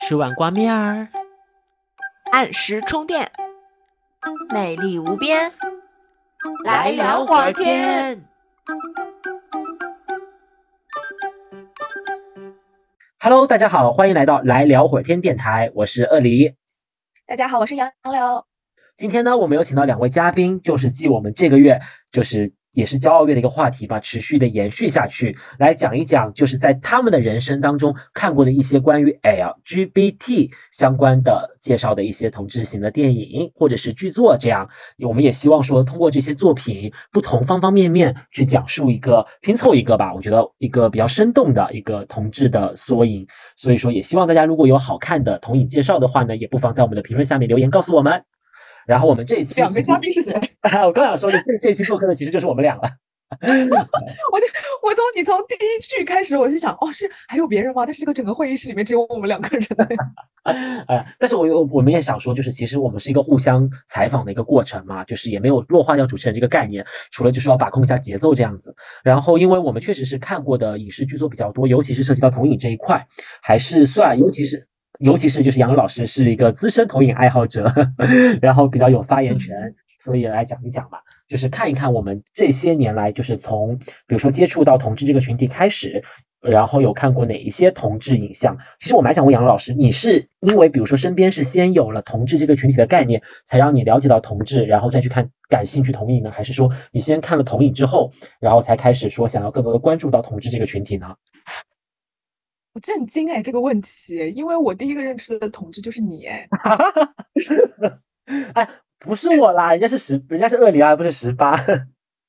吃碗挂面儿， 按时充电， 魅力无边， 来聊会儿天。Hello， 大家好，欢迎来到来聊会儿天电台，我是鳄梨。 大家好，我是杨柳。 今天呢，我们有请到两位嘉宾，就是继我们这个月也是骄傲月的一个话题吧，持续的延续下去，来讲一讲就是在他们的人生当中看过的一些关于 LGBT 相关的介绍的一些同志型的电影或者是剧作，这样我们也希望说通过这些作品不同方方面面去讲述一个拼凑一个吧，我觉得一个比较生动的一个同志的缩影，所以说也希望大家如果有好看的同影介绍的话呢，也不妨在我们的评论下面留言告诉我们。然后我们这一期两个嘉宾是谁？ 我刚想说这一期做客的其实就是我们俩了。 你从第一句开始我就想，是还有别人吗？但是这个整个会议室里面只有我们两个人。 但是我们也想说，就是其实我们是一个互相采访的一个过程嘛，就是也没有弱化掉主持人这个概念，除了就是要把控一下节奏这样子。然后因为我们确实是看过的影视剧作比较多，尤其是涉及到同影这一块，还是算尤其是就是杨老师是一个资深同影爱好者，然后比较有发言权，所以来讲一讲吧，就是看一看我们这些年来，就是从比如说接触到同志这个群体开始，然后有看过哪一些同志影像。其实我蛮想问杨老师，你是因为比如说身边是先有了同志这个群体的概念，才让你了解到同志，然后再去看感兴趣同影呢？还是说你先看了同影之后，然后才开始说想要更多的关注到同志这个群体呢？ 我震惊这个问题，因为我第一个认识的同志就是你不是我啦，人家是鳄梨啊，不是18。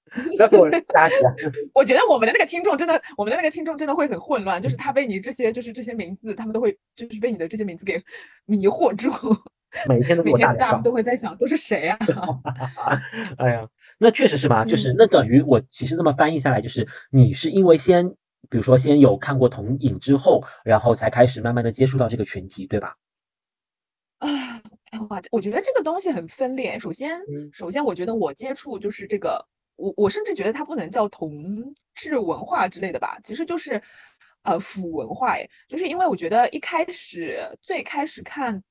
我觉得我们的那个听众真的会很混乱，就是他被你这些名字，他们都会就是被你的这些名字给迷惑住。 每天大家都会在想都是谁啊？ 哎呀，那确实是吧？就是那等于我其实这么翻译下来，就是你是因为比如说先有看过同影之后，然后才开始慢慢的接触到这个群体，对吧？ 我觉得这个东西很分裂。首先，我觉得我接触就是这个，我甚至觉得它不能叫同志文化之类的吧，其实就是腐文化。就是因为我觉得最开始看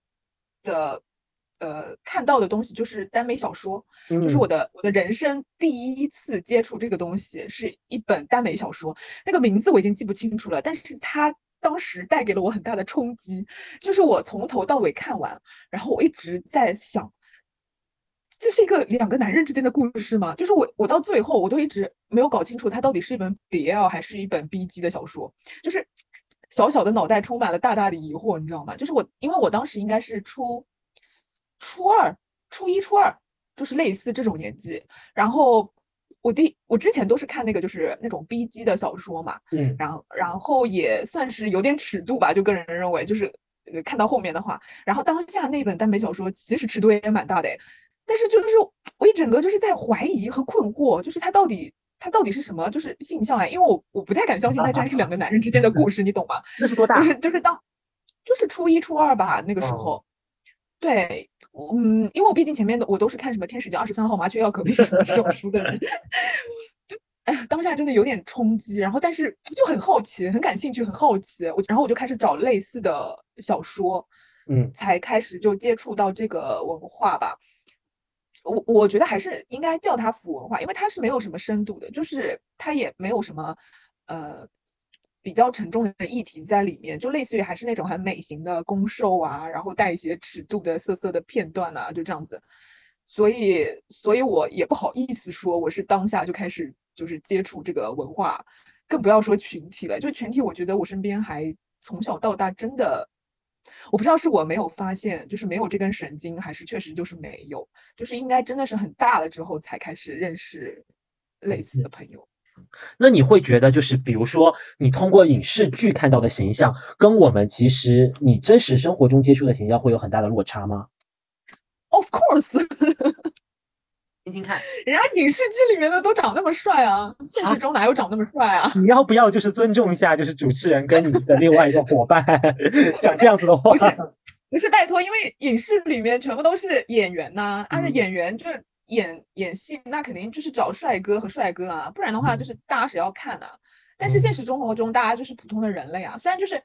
到的东西就是耽美小说，就是我的人生第一次接触这个东西是一本耽美小说，那个名字我已经记不清楚了，但是它当时带给了我很大的冲击，就是我从头到尾看完，然后我一直在想，这是两个男人之间的故事吗？就是我到最后我都一直没有搞清楚它到底是一本 BL 还是一本 BG 的小说，就是小小的脑袋充满了大大的疑惑，你知道吗？就是因为我当时应该是初二、初一、初二，就是类似这种年纪。然后我之前都是看那个就是那种 BG 的小说嘛，然后也算是有点尺度吧，就个人认为，就是看到后面的话，然后当下那本耽美小说其实尺度也蛮大的，但是就是我一整个就是在怀疑和困惑，就是它到底是什么，就是性向因为我不太敢相信它居然是两个男人之间的故事，你懂吗？ 那是多大？ 就是初一、初二吧，那个时候。对，因为我毕竟前面的我都是看什么《天使街23号麻雀要革命》什么这种书的人，当下真的有点冲击，然后但是就很好奇，很感兴趣，很好奇，然后我就开始找类似的小说，才开始就接触到这个文化吧。我觉得还是应该叫它腐文化，因为它是没有什么深度的，就是它也没有什么比较沉重的议题在里面，就类似于还是那种很美型的攻受啊，然后带一些尺度的色色的片段啊，就这样子。所以我也不好意思说我是当下就开始就是接触这个文化，更不要说群体了。就群体，我觉得我身边还从小到大真的，我不知道是我没有发现，就是没有这根神经，还是确实就是没有，就是应该真的是很大了之后才开始认识类似的朋友。 那你会觉得就是比如说你通过影视剧看到的形象跟我们其实你真实生活中接触的形象会有很大的落差吗？ Of course。 听听看， 人家影视剧里面的都长那么帅啊，现实中哪有长那么帅啊？ 你要不要就是尊重一下就是主持人跟你的另外一个伙伴讲这样子的话？ 不是拜托，因为影视里面全部都是演员呐，按照演员就是演戏，那肯定就是找帅哥和帅哥啊，不然的话就是大家谁要看啊？但是现实生活中大家就是普通的人类啊，虽然就是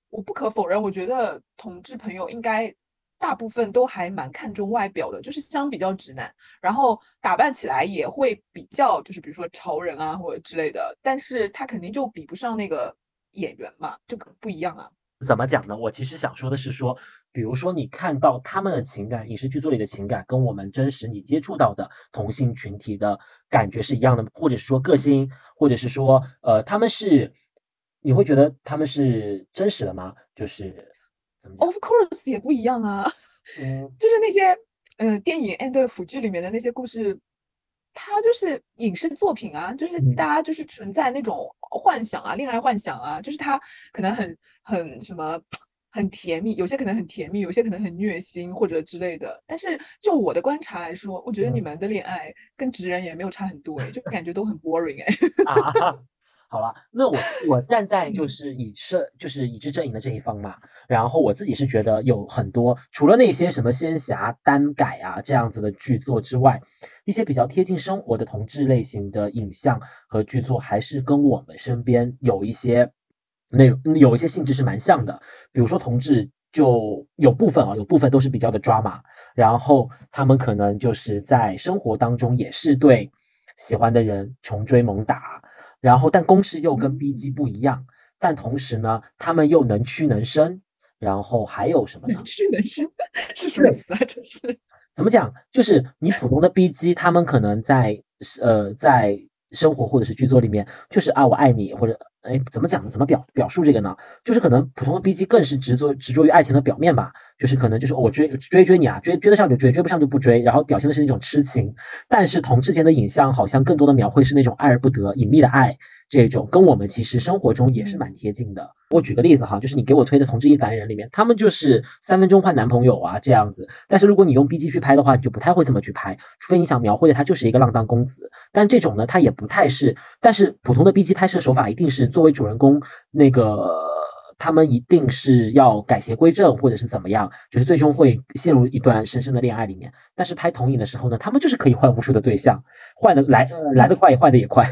我不可否认，我觉得同志朋友应该大部分都还蛮看重外表的，就是相比较直男，然后打扮起来也会比较，就是比如说潮人啊或者之类的，但是他肯定就比不上那个演员嘛，就不一样啊。 怎么讲呢？我其实想说的是说，比如说你看到他们的情感，影视剧作里的情感，跟我们真实你接触到的同性群体的感觉是一样的，或者是说个性，或者是说，他们是，你会觉得他们是真实的吗？就是怎么讲？ Of course 也不一样啊， 嗯就是那些电影 and 腐剧里面的那些故事，它就是影视作品啊，就是大嗯家就是存在那种幻想啊，恋爱幻想啊，就是它可能很什么很甜蜜，有些可能很甜蜜，有些可能很虐心或者之类的。但是就我的观察来说，我觉得你嗯。 们的恋爱跟直人也没有差很多诶，就感觉都很 boring 哎。 啊，好了，那我站在就嗯是就是以之阵营的这一方嘛，然后我自己是觉得有很多除了那些什么仙侠耽改啊这样子的剧作之外，一些比较贴近生活的同志类型的影像和剧作，还是跟我们身边有一些有一些性质是蛮像的，比如说同志。就有部分都是比较的抓马，然后他们可能就是在生活当中也是对喜欢的人穷追猛打，然后但公式又跟 B 嗯， 级不一样，但同时呢，他们又能屈能伸，然后还有什么能呢？ 屈能伸是什么对， 词啊？这是。 怎么讲？就是你普通的 B 机，他们可能在生活或者是剧作里面，就是啊我爱你，或者哎怎么讲呢？怎么表述这个呢？就是可能普通的 B 机更是执着于爱情的表面吧，就是可能就是我追你啊，追得上就追，追不上就不追，然后表现的是那种痴情。但是同志间的影像好像更多的描绘是那种爱而不得、隐秘的爱，这种跟我们其实生活中也是蛮嗯。 贴近的。我举个例子哈，就是你给我推的《同志亦凡人》里面，他们就是3分钟换男朋友啊这样子。但是如果你用 B G 去拍的话，你就不太会这么去拍，除非你想描绘的他就是一个浪荡公子。但这种呢，他也不太是。但是普通的 B G 拍摄手法一定是作为主人公那个。他们一定是要改邪归正，或者是怎么样，就是最终会陷入一段深深的恋爱里面。但是拍同影的时候呢，他们就是可以换无数的对象，换的来得嗯， 快，也换的也快。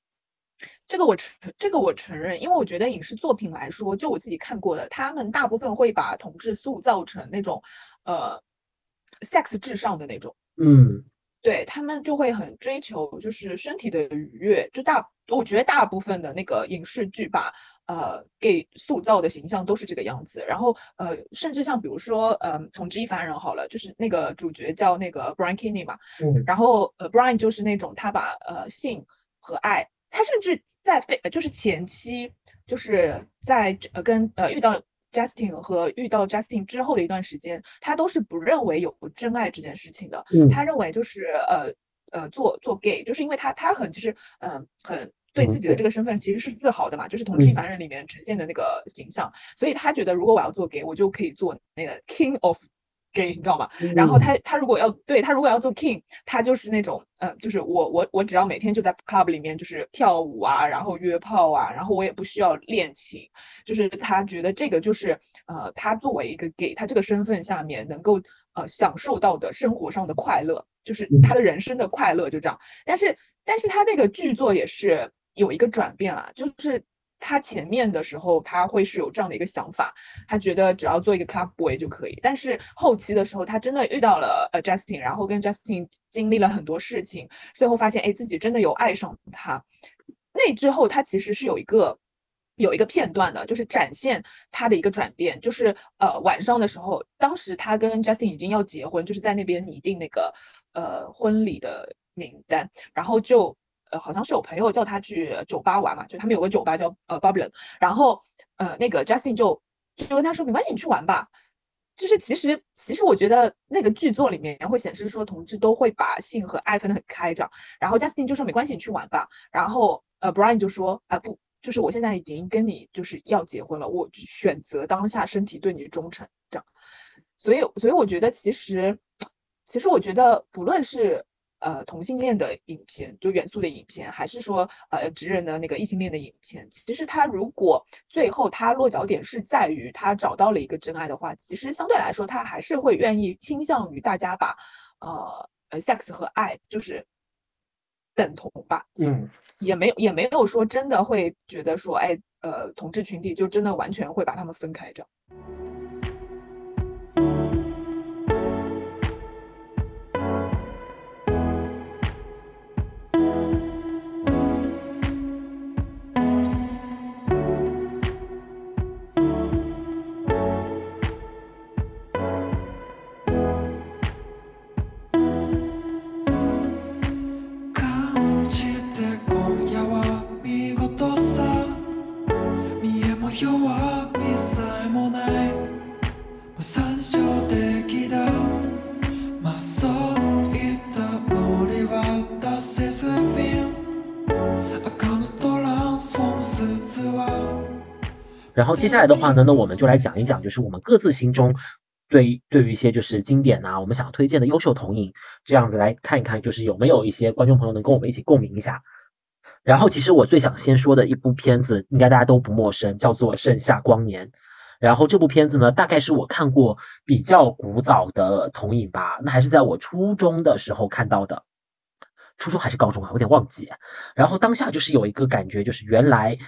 这个我承认，因为我觉得影视作品来说，就我自己看过的，他们大部分会把同志塑造成那种，呃，sex 至上的那种。 嗯对，他们就会很追求就是身体的愉悦，我觉得大部分的那个影视剧吧，给塑造的形象都是这个样子。然后甚至像比如说《同志亦凡人》好了，就是那个主角叫那个 Brian Kinney 嘛， 嗯然后Brian 就是那种他把性和爱，他甚至就是前期就是在遇到 Justin 之后的一段时间，他都是不认为有真爱这件事情的。他嗯认为就是做 gay，就是因为他很就是很对自己的这明确， 个身份其实是自豪的嘛，就是《同志亦嗯凡人》里面呈现的那个形象，所以他觉得如果我要做 gay，我就可以做那个 king of gay，你知道吗？然后嗯他如果要做 king，他就是那种就是我只要每天就在 club 里面就是跳舞啊，然后约炮啊，然后我也不需要恋情，就是他觉得这个就是他作为一个 gay，他这个身份下面能够享受到的生活上的快乐，就是他嗯的人生的快乐就这样。但是他那个剧作也是有一个转变啦，就是他前面的时候他会是有这样的一个想法，他觉得只要做一个 club boy 就可以。但是后期的时候，他真的遇到了Justin，然后跟 Justin 经历了很多事情，最后发现哎自己真的有爱上他。那之后，他其实是有一个片段的，就是展现他的一个转变，就是晚上的时候，当时他跟 Justin 已经要结婚，就是在那边拟定那个婚礼的名单，然后就好像是有朋友叫他去酒吧玩嘛，就他们有个酒吧叫Babylon，然后那个 Justin 就跟他说没关系，你去玩吧。就是其实我觉得那个剧作里面会显示说同志都会把性和爱分得很开这样，然后 Justin 就说没关系，你去玩吧。然后Brian 就说不，就是我现在已经跟你就是要结婚了，我选择当下身体对你的忠诚这样。所以我觉得其实我觉得不论是同性恋的影片，就元素的影片，还是说直人的那个异性恋的影片，其实他如果最后他落脚点是在于他找到了一个真爱的话，其实相对来说他还是会愿意倾向于大家把sex 和爱就是等同吧。也没有说真的会觉得说，哎，同志群体就真的完全会把他们分开这样。 然后接下来的话呢，那我们就来讲一讲，就是我们各自心中对于一些就是经典啊，我们想推荐的优秀投影，这样子来看一看，就是有没有一些观众朋友能跟我们一起共鸣一下。然后其实我最想先说的一部片子，应该大家都不陌生，叫做《盛夏光年》。然后这部片子呢，大概是我看过比较古早的投影吧，那还是在我初中的时候看到的。初中还是高中啊，我有点忘记。然后当下就是有一个感觉，就是原来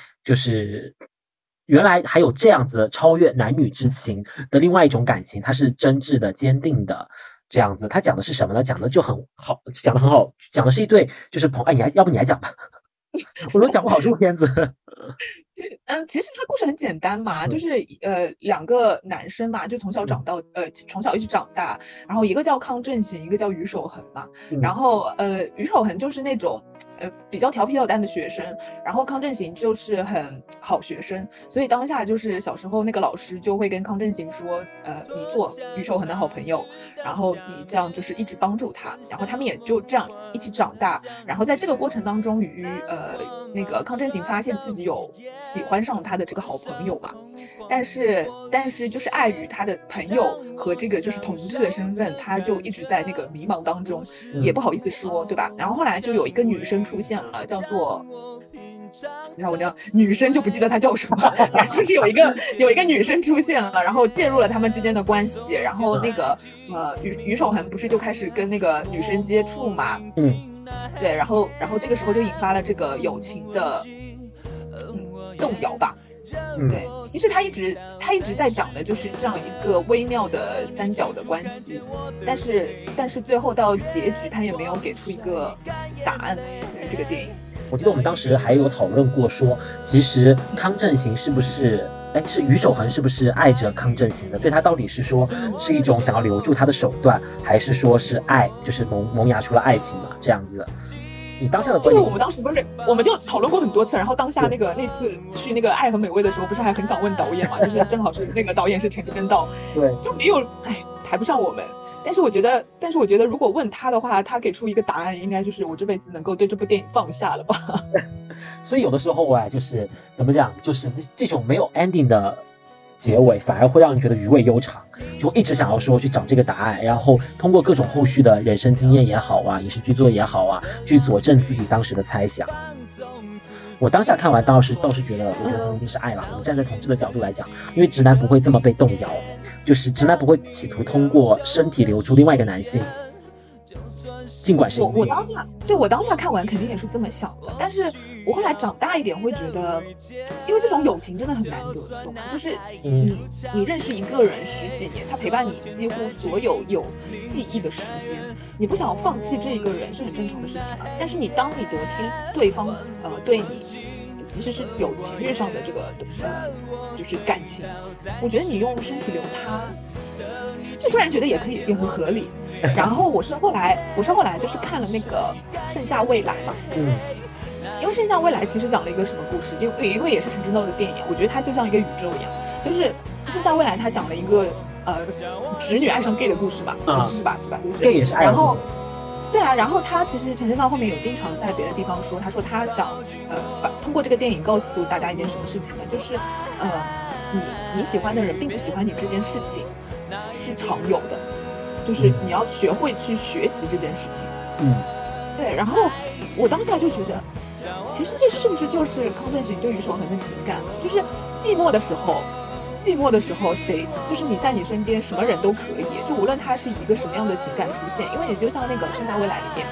还有这样子超越男女之情的另外一种感情，它是真挚的、坚定的这样子。它讲的是什么呢？讲的就很好，讲的很好，讲的是一对就是要不你来讲吧，我都讲不好这部片子。 其实它故事很简单嘛，就是两个男生嘛，就从小从小一直长大，然后一个叫康正行，一个叫于守恒嘛。然后于守恒就是那种比较调皮捣蛋的学生，然后康正行就是很好学生，所以当下就是小时候那个老师就会跟康正行说，你做于守恒的好朋友，然后你这样就是一直帮助他，然后他们也就这样一起长大。然后在这个过程当中，那个康正行发现自己有喜欢上他的这个好朋友嘛，但是就是碍于他的朋友和这个就是同志的身份，他就一直在那个迷茫当中，也不好意思说，对吧？然后后来就有一个女生出现了，叫做，然后我叫女生就不记得她叫什么，就是有一个女生出现了，然后介入了他们之间的关系，然后那个于守恒不是就开始跟那个女生接触嘛，对，然后这个时候就引发了这个友情的动摇吧。对，其实他一直在讲的就是这样一个微妙的三角的关系，但是最后到结局他也没有给出一个答案。这个电影， 我记得我们当时还有讨论过说，其实康正行是不是于守恒是不是爱着康正行的？对他到底是说是一种想要留住他的手段，还是说是爱，就是萌芽出了爱情嘛？这样子。你当下的观点， 我们当时我们就讨论过很多次，然后当下那次去那个《爱和美味》的时候，不是还很想问导演嘛？就是正好是那个导演是陈正道， 对， 就没有排不上我们。但是我觉得如果问他的话，他给出一个答案，应该就是我这辈子能够对这部电影放下了吧。 所以有的时候就是怎么讲，就是这种没有 ending 的结尾反而会让人觉得余味悠长，就一直想要说去找这个答案，然后通过各种后续的人生经验也好啊，影视剧作也好啊，去佐证自己当时的猜想。我当下看完倒是觉得，我觉得一定是爱了。我们站在同志的角度来讲，因为直男不会这么被动摇，就是直男不会企图通过身体留住另外一个男性。尽管是我当下看完肯定也是这么想的，但是我后来长大一点会觉得，因为这种友情真的很难得，懂吗？就是你认识一个人10几年，他陪伴你几乎所有有记忆的时间，你不想放弃这一个人是很正常的事情啊。但是当你得知对方对你其实是有情欲上的这个就是感情，我觉得你用身体留他，就突然觉得也很合理。然后我是后来就是看了那个《盛夏未来》嘛，因为《盛夏未来》其实讲了一个什么故事？因为也是陈正道的电影，我觉得它就像一个宇宙一样，就是《盛夏未来》它讲了一个直女爱上 gay 的故事嘛，其实是吧，对吧 ？gay 也是爱。然后， 对啊，然后他其实陈正道后面有经常在别的地方说，他说他想通过这个电影告诉大家一件什么事情呢？就是你喜欢的人并不喜欢你这件事情是常有的。就是你要学会去学习这件事情，对。然后我当下就觉得，其实这是不是就是康正行对于守恒的情感？就是寂寞的时候，谁就是你在你身边，什么人都可以，就无论他是以一个什么样的情感出现，因为你就像那个《盛夏未来》里面，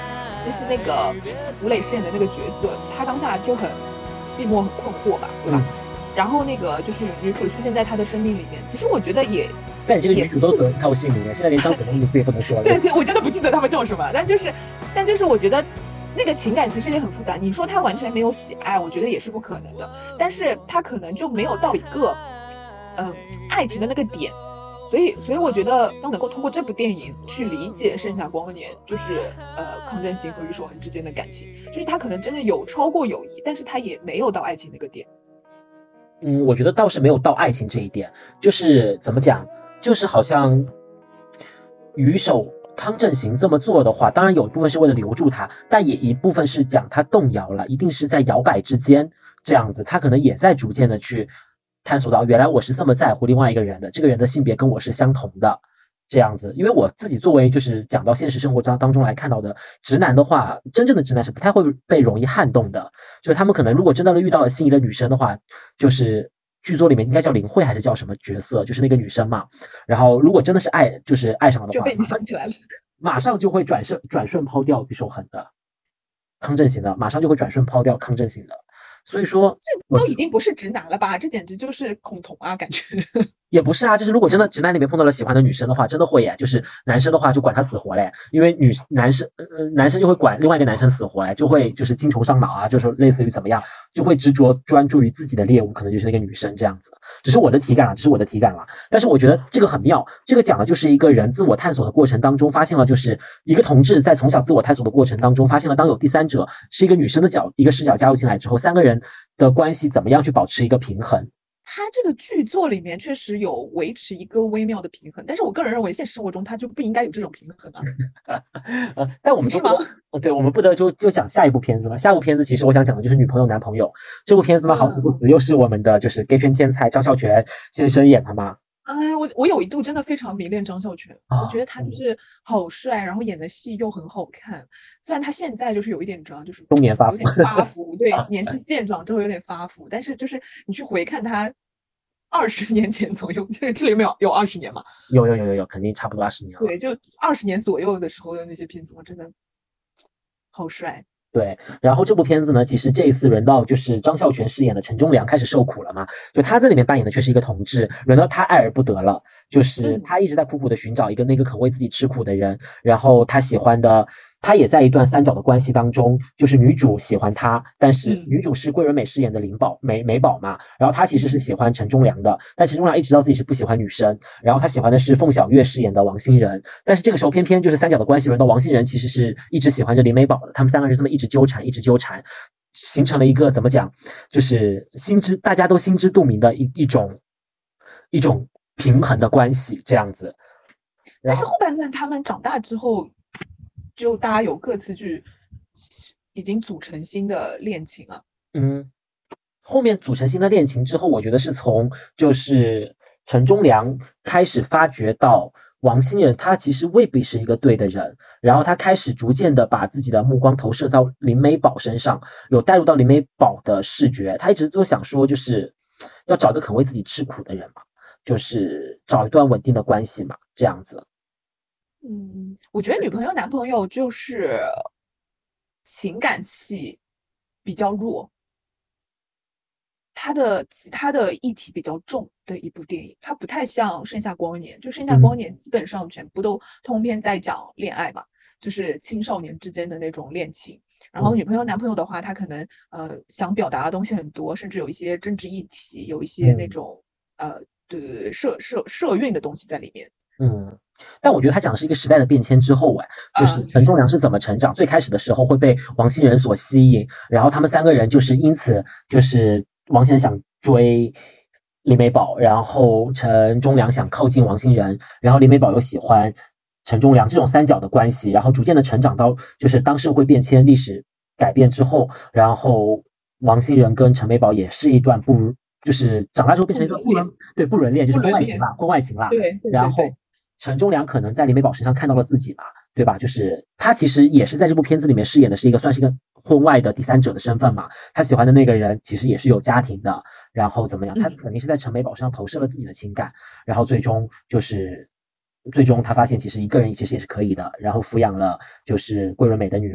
其实那个吴磊饰演的那个角色，他当下就很寂寞、很困惑吧，对吧？然后那个就是女主出现在他的生命里面，其实我觉得也。 但这个女主都得套姓名了，现在连张本的名字也不能说了。 对，我真的不记得他们叫什么，但就是我觉得那个情感其实也很复杂。你说他完全没有喜爱，我觉得也是不可能的。但是他可能就没有到一个爱情的那个点，所以我觉得能够通过这部电影去理解《盛夏光年》，就是康正行和于守恒之间的感情，就是他可能真的有超过友谊，但是他也没有到爱情那个点。 我觉得倒是没有到爱情这一点，就是怎么讲？就是好像于守康正行这么做的话，当然有一部分是为了留住他，但也一部分是讲他动摇了，一定是在摇摆之间这样子，他可能也在逐渐的去探索到，原来我是这么在乎另外一个人的，这个人的性别跟我是相同的这样子。因为我自己作为就是讲到现实生活当中来看到的直男的话，真正的直男是不太会被容易撼动的，就是他们可能如果真的遇到了心仪的女生的话，就是剧作里面应该叫林慧还是叫什么角色，就是那个女生嘛。然后如果真的是爱上了的话， 就被你想起来了， 马上就会转瞬抛掉于守恒的康正行的，马上就会转瞬抛掉康正行的。所以说这都已经不是直男了吧？这简直就是恐同啊，感觉。 也不是啊，就是如果真的直男里面碰到了喜欢的女生的话，真的会耶。就是男生的话就管他死活嘞，因为男生就会管另外一个男生死活嘞，就会就是精虫上脑啊，就是类似于怎么样，就会执着专注于自己的猎物，可能就是那个女生这样子。只是我的体感了，但是我觉得这个很妙，这个讲的就是一个人自我探索的过程当中，发现了就是一个同志在从小自我探索的过程当中，发现了当有第三者是一个女生的一个视角加入进来之后，三个人的关系怎么样去保持一个平衡。 他这个剧作里面确实有维持一个微妙的平衡，但是我个人认为现实生活中他就不应该有这种平衡啊。 但我们是吗？ 对，我们不得就讲下一部片子了。下一部片子其实我想讲的就是女朋友男朋友这部片子呢，好死不死又是我们的就是 gay 圈天才张孝全先生演的嘛。 我有一度真的非常迷恋张孝全，我觉得他就是好帅，然后演的戏又很好看。虽然他现在就是有一点就是中年发福， 有点发福，对，年纪渐长之后有点发福，但是就是你去回看他20年前左右，这里面有20年嘛？ 有，肯定差不多20年了。 对，就20年左右的时候的那些片子，我真的好帅。 对，然后这部片子呢，其实这一次轮到就是张孝全饰演的陈忠良开始受苦了嘛，就他在里面扮演的却是一个同志，轮到他爱而不得了，就是他一直在苦苦的寻找一个那个肯为自己吃苦的人，然后他喜欢的，他也在一段三角的关系当中，就是女主喜欢他，但是女主是桂纶镁饰演的美宝嘛，然后他其实是喜欢陈忠良的，但陈忠良一直知道自己是不喜欢女生，然后他喜欢的是凤小岳饰演的王欣仁，但是这个时候偏偏就是三角的关系轮到王欣仁其实是一直喜欢着林美宝的，他们三个人这么一直纠缠，形成了一个怎么讲，就是大家都心知肚明的一种平衡的关系这样子。 但是后半段他们长大之后，就大家有各自去已经组成新的恋情了。 后面组成新的恋情之后，我觉得是从就是陈忠良开始发觉到王欣仁他其实未必是一个对的人，然后他开始逐渐的把自己的目光投射到林美宝身上，有带入到林美宝的视觉，他一直都想说就是要找一个肯为自己吃苦的人嘛，就是找一段稳定的关系嘛，这样子。 我觉得女朋友男朋友就是情感戏比较弱，其他的议题比较重的一部电影，它不太像《盛夏光年》，就《盛夏光年》基本上全部都通篇在讲恋爱嘛，就是青少年之间的那种恋情。然后女朋友男朋友的话，他可能想表达的东西很多，甚至有一些政治议题，有一些那种对社运的东西在里面。 但我觉得他讲的是一个时代的变迁之后，就是陈忠良是怎么成长，最开始的时候会被王欣仁所吸引，然后他们三个人就是因此就是王欣仁想追林美宝，然后陈忠良想靠近王欣仁，然后林美宝又喜欢陈忠良，这种三角的关系，然后逐渐的成长到就是当社会变迁、历史改变之后，然后王欣仁跟陈美宝也是一段就是长大之后变成一段不伦恋，就是婚外情啦。 对， 然后陈忠良可能在林美宝身上看到了自己嘛，对吧？就是他其实也是在这部片子里面饰演的算是一个婚外的第三者的身份嘛。他喜欢的那个人其实也是有家庭的，然后怎么样？他肯定是在陈美宝身上投射了自己的情感，然后最终他发现其实一个人其实也是可以的，然后抚养了就是桂纶镁的女儿，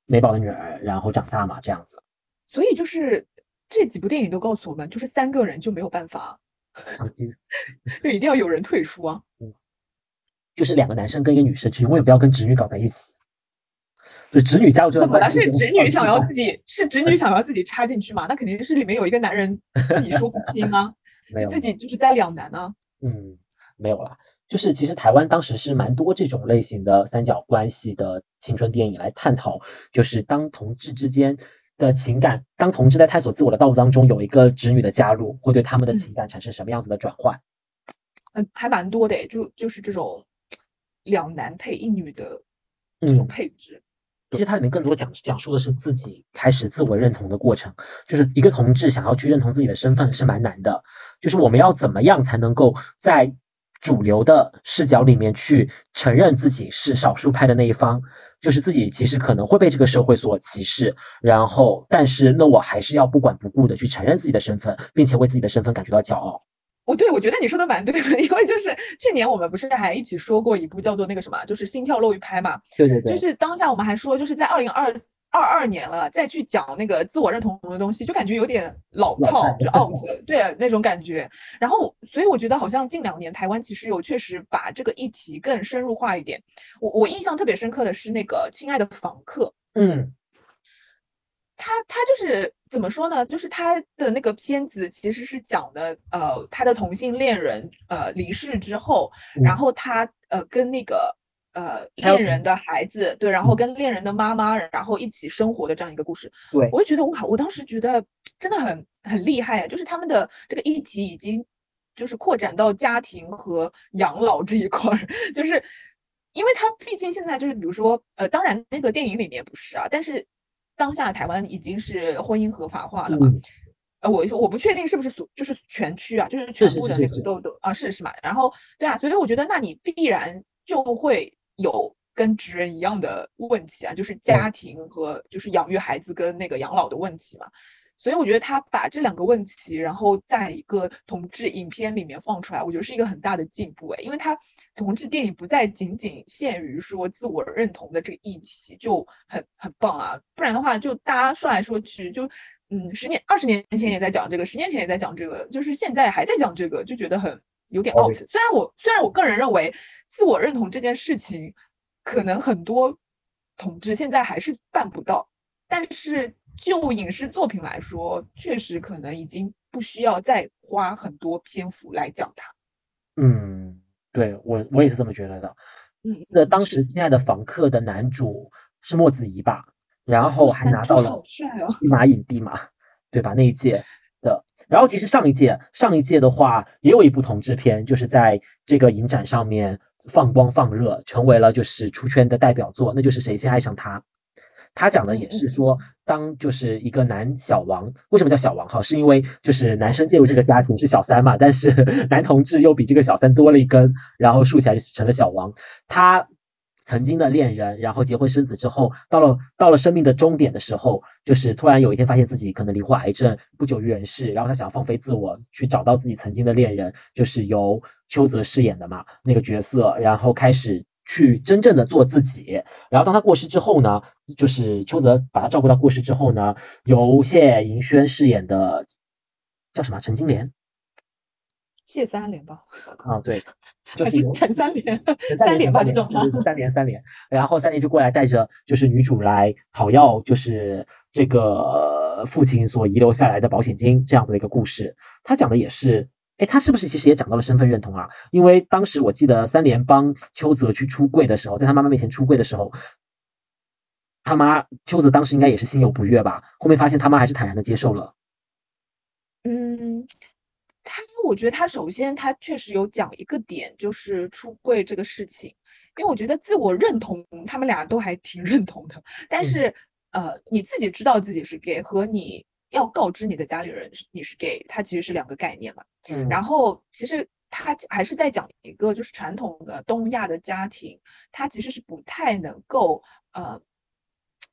美宝的女儿，然后长大嘛，这样子。 所以就是这几部电影都告诉我们，就是三个人就没有办法， 长期就一定要有人退出啊。 就是两个男生跟一个女生，就永远不要跟侄女搞在一起。就侄女加入这段怎么了？ 关系， 是侄女想要自己，是侄女想要自己插进去吗？那肯定是里面有一个男人自己说不清啊， 没有， 就自己就是在两难啊。 没有啦。就是其实台湾当时是蛮多这种类型的三角关系的青春电影来探讨，就是当同志之间的情感，当同志在探索自我的道路当中有一个侄女的加入，会对他们的情感产生什么样子的转换？ 还蛮多的诶，就是这种两男配一女的这种嗯， 配置。 其实它里面更多讲述的是自己开始自我认同的过程，就是一个同志想要去认同自己的身份是蛮难的，就是我们要怎么样才能够在主流的视角里面去承认自己是少数派的那一方，就是自己其实可能会被这个社会所歧视，然后但是那我还是要不管不顾的去承认自己的身份，并且为自己的身份感觉到骄傲。 对，我觉得你说的蛮对的，因为就是去年我们不是还一起说过一部叫做那个什么，就是《心跳漏一拍》嘛， 对对对， 就是当下我们还说，就是在2022年了，再去讲那个自我认同的东西，就感觉有点老老派套，就 out，对那种感觉。然后，所以我觉得好像近2年台湾其实有确实把这个议题更深入化一点。我印象特别深刻的是那个《亲爱的房客》， 嗯， 他就是怎么说呢？就是他的那个片子其实是讲的，他的同性恋人离世之后，然后他跟那个恋人的孩子，对，然后跟恋人的妈妈，然后一起生活的这样一个故事。 对， 我就觉得哇，我当时觉得真的很厉害，就是他们的这个议题已经就是扩展到家庭和养老这一块儿，就是因为他毕竟现在就是比如说当然那个电影里面不是啊，但是当下台湾已经是婚姻合法化了嘛。我不确定是不是就是全区啊，就是全部的那个都啊是嘛。然后对啊，所以我觉得那你必然就会有跟直人一样的问题啊，就是家庭和就是养育孩子跟那个养老的问题嘛。所以我觉得他把这两个问题，然后在一个同志影片里面放出来，我觉得是一个很大的进步因为他同志电影不再仅仅限于说自我认同的这个议题，就很棒啊。不然的话，就大家说来说去，就20年前也在讲这个，10年前也在讲这个，就是现在还在讲这个，就觉得有点 out。虽然我个人认为自我认同这件事情，可能很多同志现在还是办不到，但是就影视作品来说，确实可能已经不需要再花很多篇幅来讲它。 对，我也是这么觉得的。记得当时是 《亲爱的房客》的男主是莫子仪吧，然后还拿到了好帅哦！ 金马影帝嘛，对吧？那一届的。然后其实上一届的话，也有一部同志片，就是在这个影展上面放光放热，成为了就是出圈的代表作，那就是《谁先爱上他》。他讲的也是说，当就是一个男小王，为什么叫小王哈？是因为就是男生介入这个家庭是小三嘛，但是男同志又比这个小三多了一根，然后竖起来就成了小王。他曾经的恋人，然后结婚生子之后，到了生命的终点的时候，就是突然有一天发现自己可能罹患癌症，不久于人世，然后他想要放飞自我，去找到自己曾经的恋人，就是由邱泽饰演的嘛那个角色，然后开始去真正的做自己。然后当他过世之后呢，就是邱泽把他照顾到过世之后呢，由谢盈萱饰演的叫什么陈金莲谢三连吧， 啊，对，就还是是由陈三连？ 三连吧，就叫他。 对对，三连，然后三连就过来带着就是女主来讨要就是这个父亲所遗留下来的保险金这样子的一个故事。他讲的也是，哎，他是不是其实也讲到了身份认同啊？因为当时我记得三连帮邱泽去出柜的时候，在他妈妈面前出柜的时候，他妈邱泽当时应该也是心有不悦吧，后面发现他妈还是坦然的接受了。 嗯，我觉得他首先他确实有讲一个点，就是出柜这个事情，因为我觉得自我认同他们俩都还挺认同的，但是你自己知道自己是 gay 和你要告知你的家里人你是 gay，它其实是两个概念嘛。然后其实他还是在讲一个就是传统的东亚的家庭，他其实是不太能够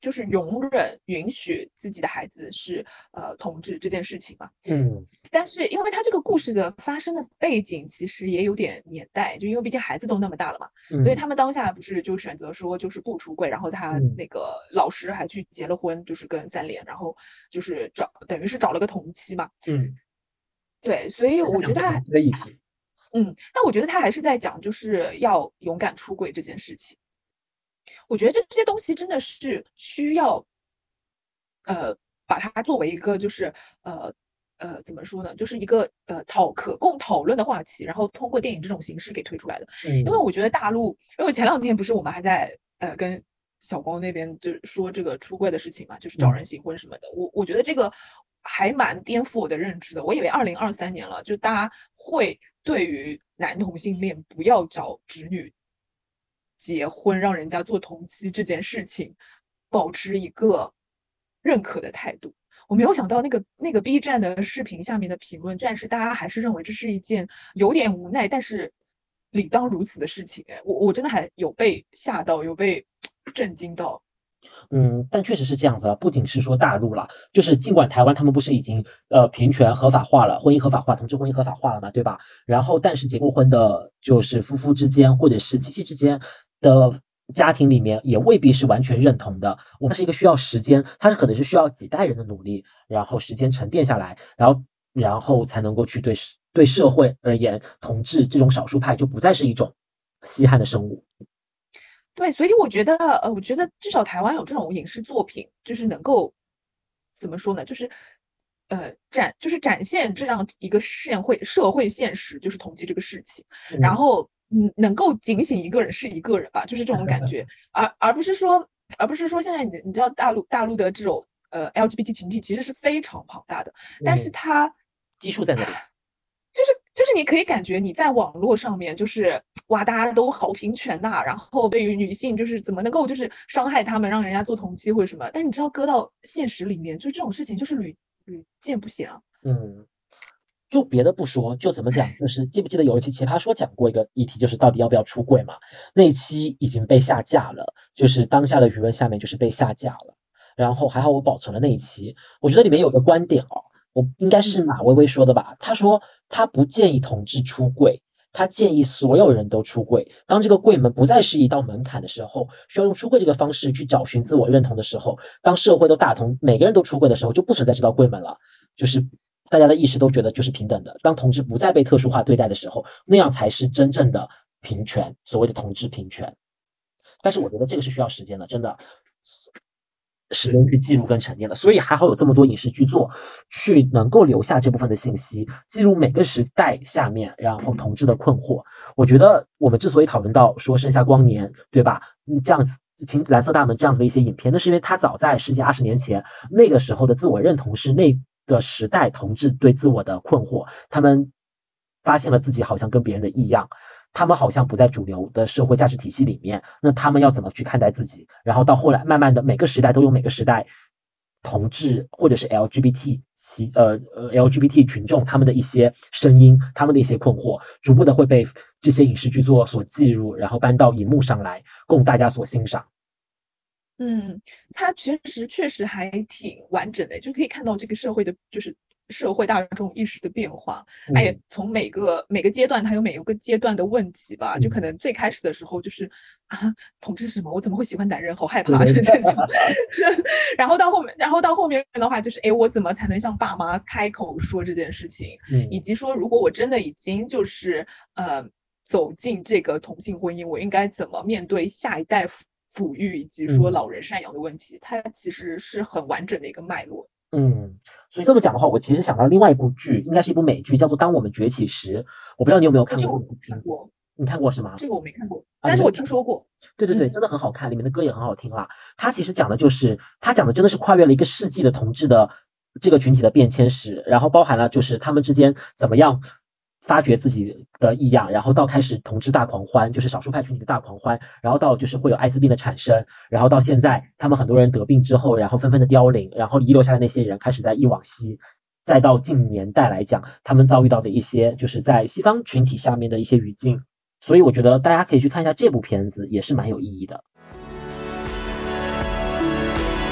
就是容忍允许自己的孩子是同志这件事情嘛。但是因为他这个故事的发生的背景其实也有点年代，就因为毕竟孩子都那么大了嘛，所以他们当下不是就选择说就是不出柜，然后他那个老师还去结了婚，就是跟三连，然后就是等于是找了个同妻嘛。对，所以我觉得他但我觉得他还是在讲就是要勇敢出柜这件事情。我觉得这些东西真的是需要把它作为一个就是怎么说呢，就是一个可供讨论的话题，然后通过电影这种形式给推出来的。因为我觉得大陆，因为前2天不是我们还在跟小光那边就说这个出柜的事情嘛，就是找人行婚什么的。我觉得这个还蛮颠覆我的认知的。我以为2023年了，就大家会对于男同性恋不要找侄女结婚，让人家做同妻这件事情，保持一个认可的态度。我没有想到那个 B 站的视频下面的评论，居然是大家还是认为这是一件有点无奈，但是理当如此的事情。我真的还有被吓到，有被震惊到。 但确实是这样子了，不仅是说大陆了，就是尽管台湾他们不是已经平权合法化了，婚姻合法化，同志婚姻合法化了嘛，对吧？然后但是结过婚的，就是夫妇之间或者是妻妻之间的家庭里面也未必是完全认同的。我们是一个需要时间，它是可能是需要几代人的努力，然后时间沉淀下来，然后才能够去对社会而言，同志这种少数派就不再是一种稀罕的生物。 对，所以我觉得至少台湾有这种影视作品，就是能够怎么说呢？就是展现这样一个社会现实，就是同妻这个事情，然后能够警醒一个人是一个人吧，就是这种感觉，而不是说现在你知道大陆的这种LGBT 群体其实是非常庞大的，但是它基数在那里。 就是你可以感觉你在网络上面就是哇，大家都好平权呐，然后对于女性就是怎么能够就是伤害他们，让人家做同妻或者什么，但你知道搁到现实里面，就这种事情就是屡见不鲜啊。 就别的不说，就怎么讲，就是记不记得有一期奇葩说讲过一个议题，就是到底要不要出柜嘛？那一期已经被下架了，就是当下的舆论下面就是被下架了。然后还好我保存了那一期，我觉得里面有个观点我应该是马薇薇说的吧？她说她不建议同志出柜，她建议所有人都出柜。当这个柜门不再是一道门槛的时候，需要用出柜这个方式去找寻自我认同的时候，当社会都大同，每个人都出柜的时候，就不存在这道柜门了。就是大家的意识都觉得就是平等的。当同志不再被特殊化对待的时候，那样才是真正的平权，所谓的同志平权。但是我觉得这个是需要时间的，真的。时间去记录跟沉淀的，所以还好有这么多影视剧作去能够留下这部分的信息，记录每个时代下面然后同志的困惑。我觉得我们之所以讨论到说盛夏光年，对吧？这样子蓝色大门这样子的一些影片，那是因为它早在10几20年前那个时候的自我认同是那个时代同志对自我的困惑，他们发现了自己好像跟别人的异样，他们好像不在主流的社会价值体系里面，那他们要怎么去看待自己？然后到后来，慢慢的每个时代都有每个时代同志或者是 LGBT 群众他们的一些声音，他们的一些困惑，逐步的会被这些影视剧作所记录，然后搬到荧幕上来，供大家所欣赏。 它其实确实还挺完整的，就可以看到这个社会的，就是社会大众意识的变化。从每个阶段，它有每一个阶段的问题吧。就可能最开始的时候就是同志是什么？我怎么会喜欢男人？好害怕的这种。然后到后面的话，就是我怎么才能向爸妈开口说这件事情？以及说，如果我真的已经就是走进这个同性婚姻，我应该怎么面对下一代抚育以及说老人赡养的问题？它其实是很完整的一个脉络。 所以这么讲的话，我其实想到另外一部剧，应该是一部美剧，叫做《当我们崛起时》。我不知道你有没有看过？ 听过？ 你看过是吗？ 这个我没看过，但是我听说过。 对，真的很好看，里面的歌也很好听啦。它其实讲的真的是跨越了一个世纪的同志的这个群体的变迁史，然后包含了就是他们之间怎么样发掘自己的异样，然后到开始同志大狂欢，就是少数派群体的大狂欢，然后到就是会有艾滋病的产生，然后到现在他们很多人得病之后，然后纷纷的凋零，然后遗留下来那些人开始在忆往昔，再到近年代来讲，他们遭遇到的一些就是在西方群体下面的一些语境。所以我觉得大家可以去看一下这部片子，也是蛮有意义的。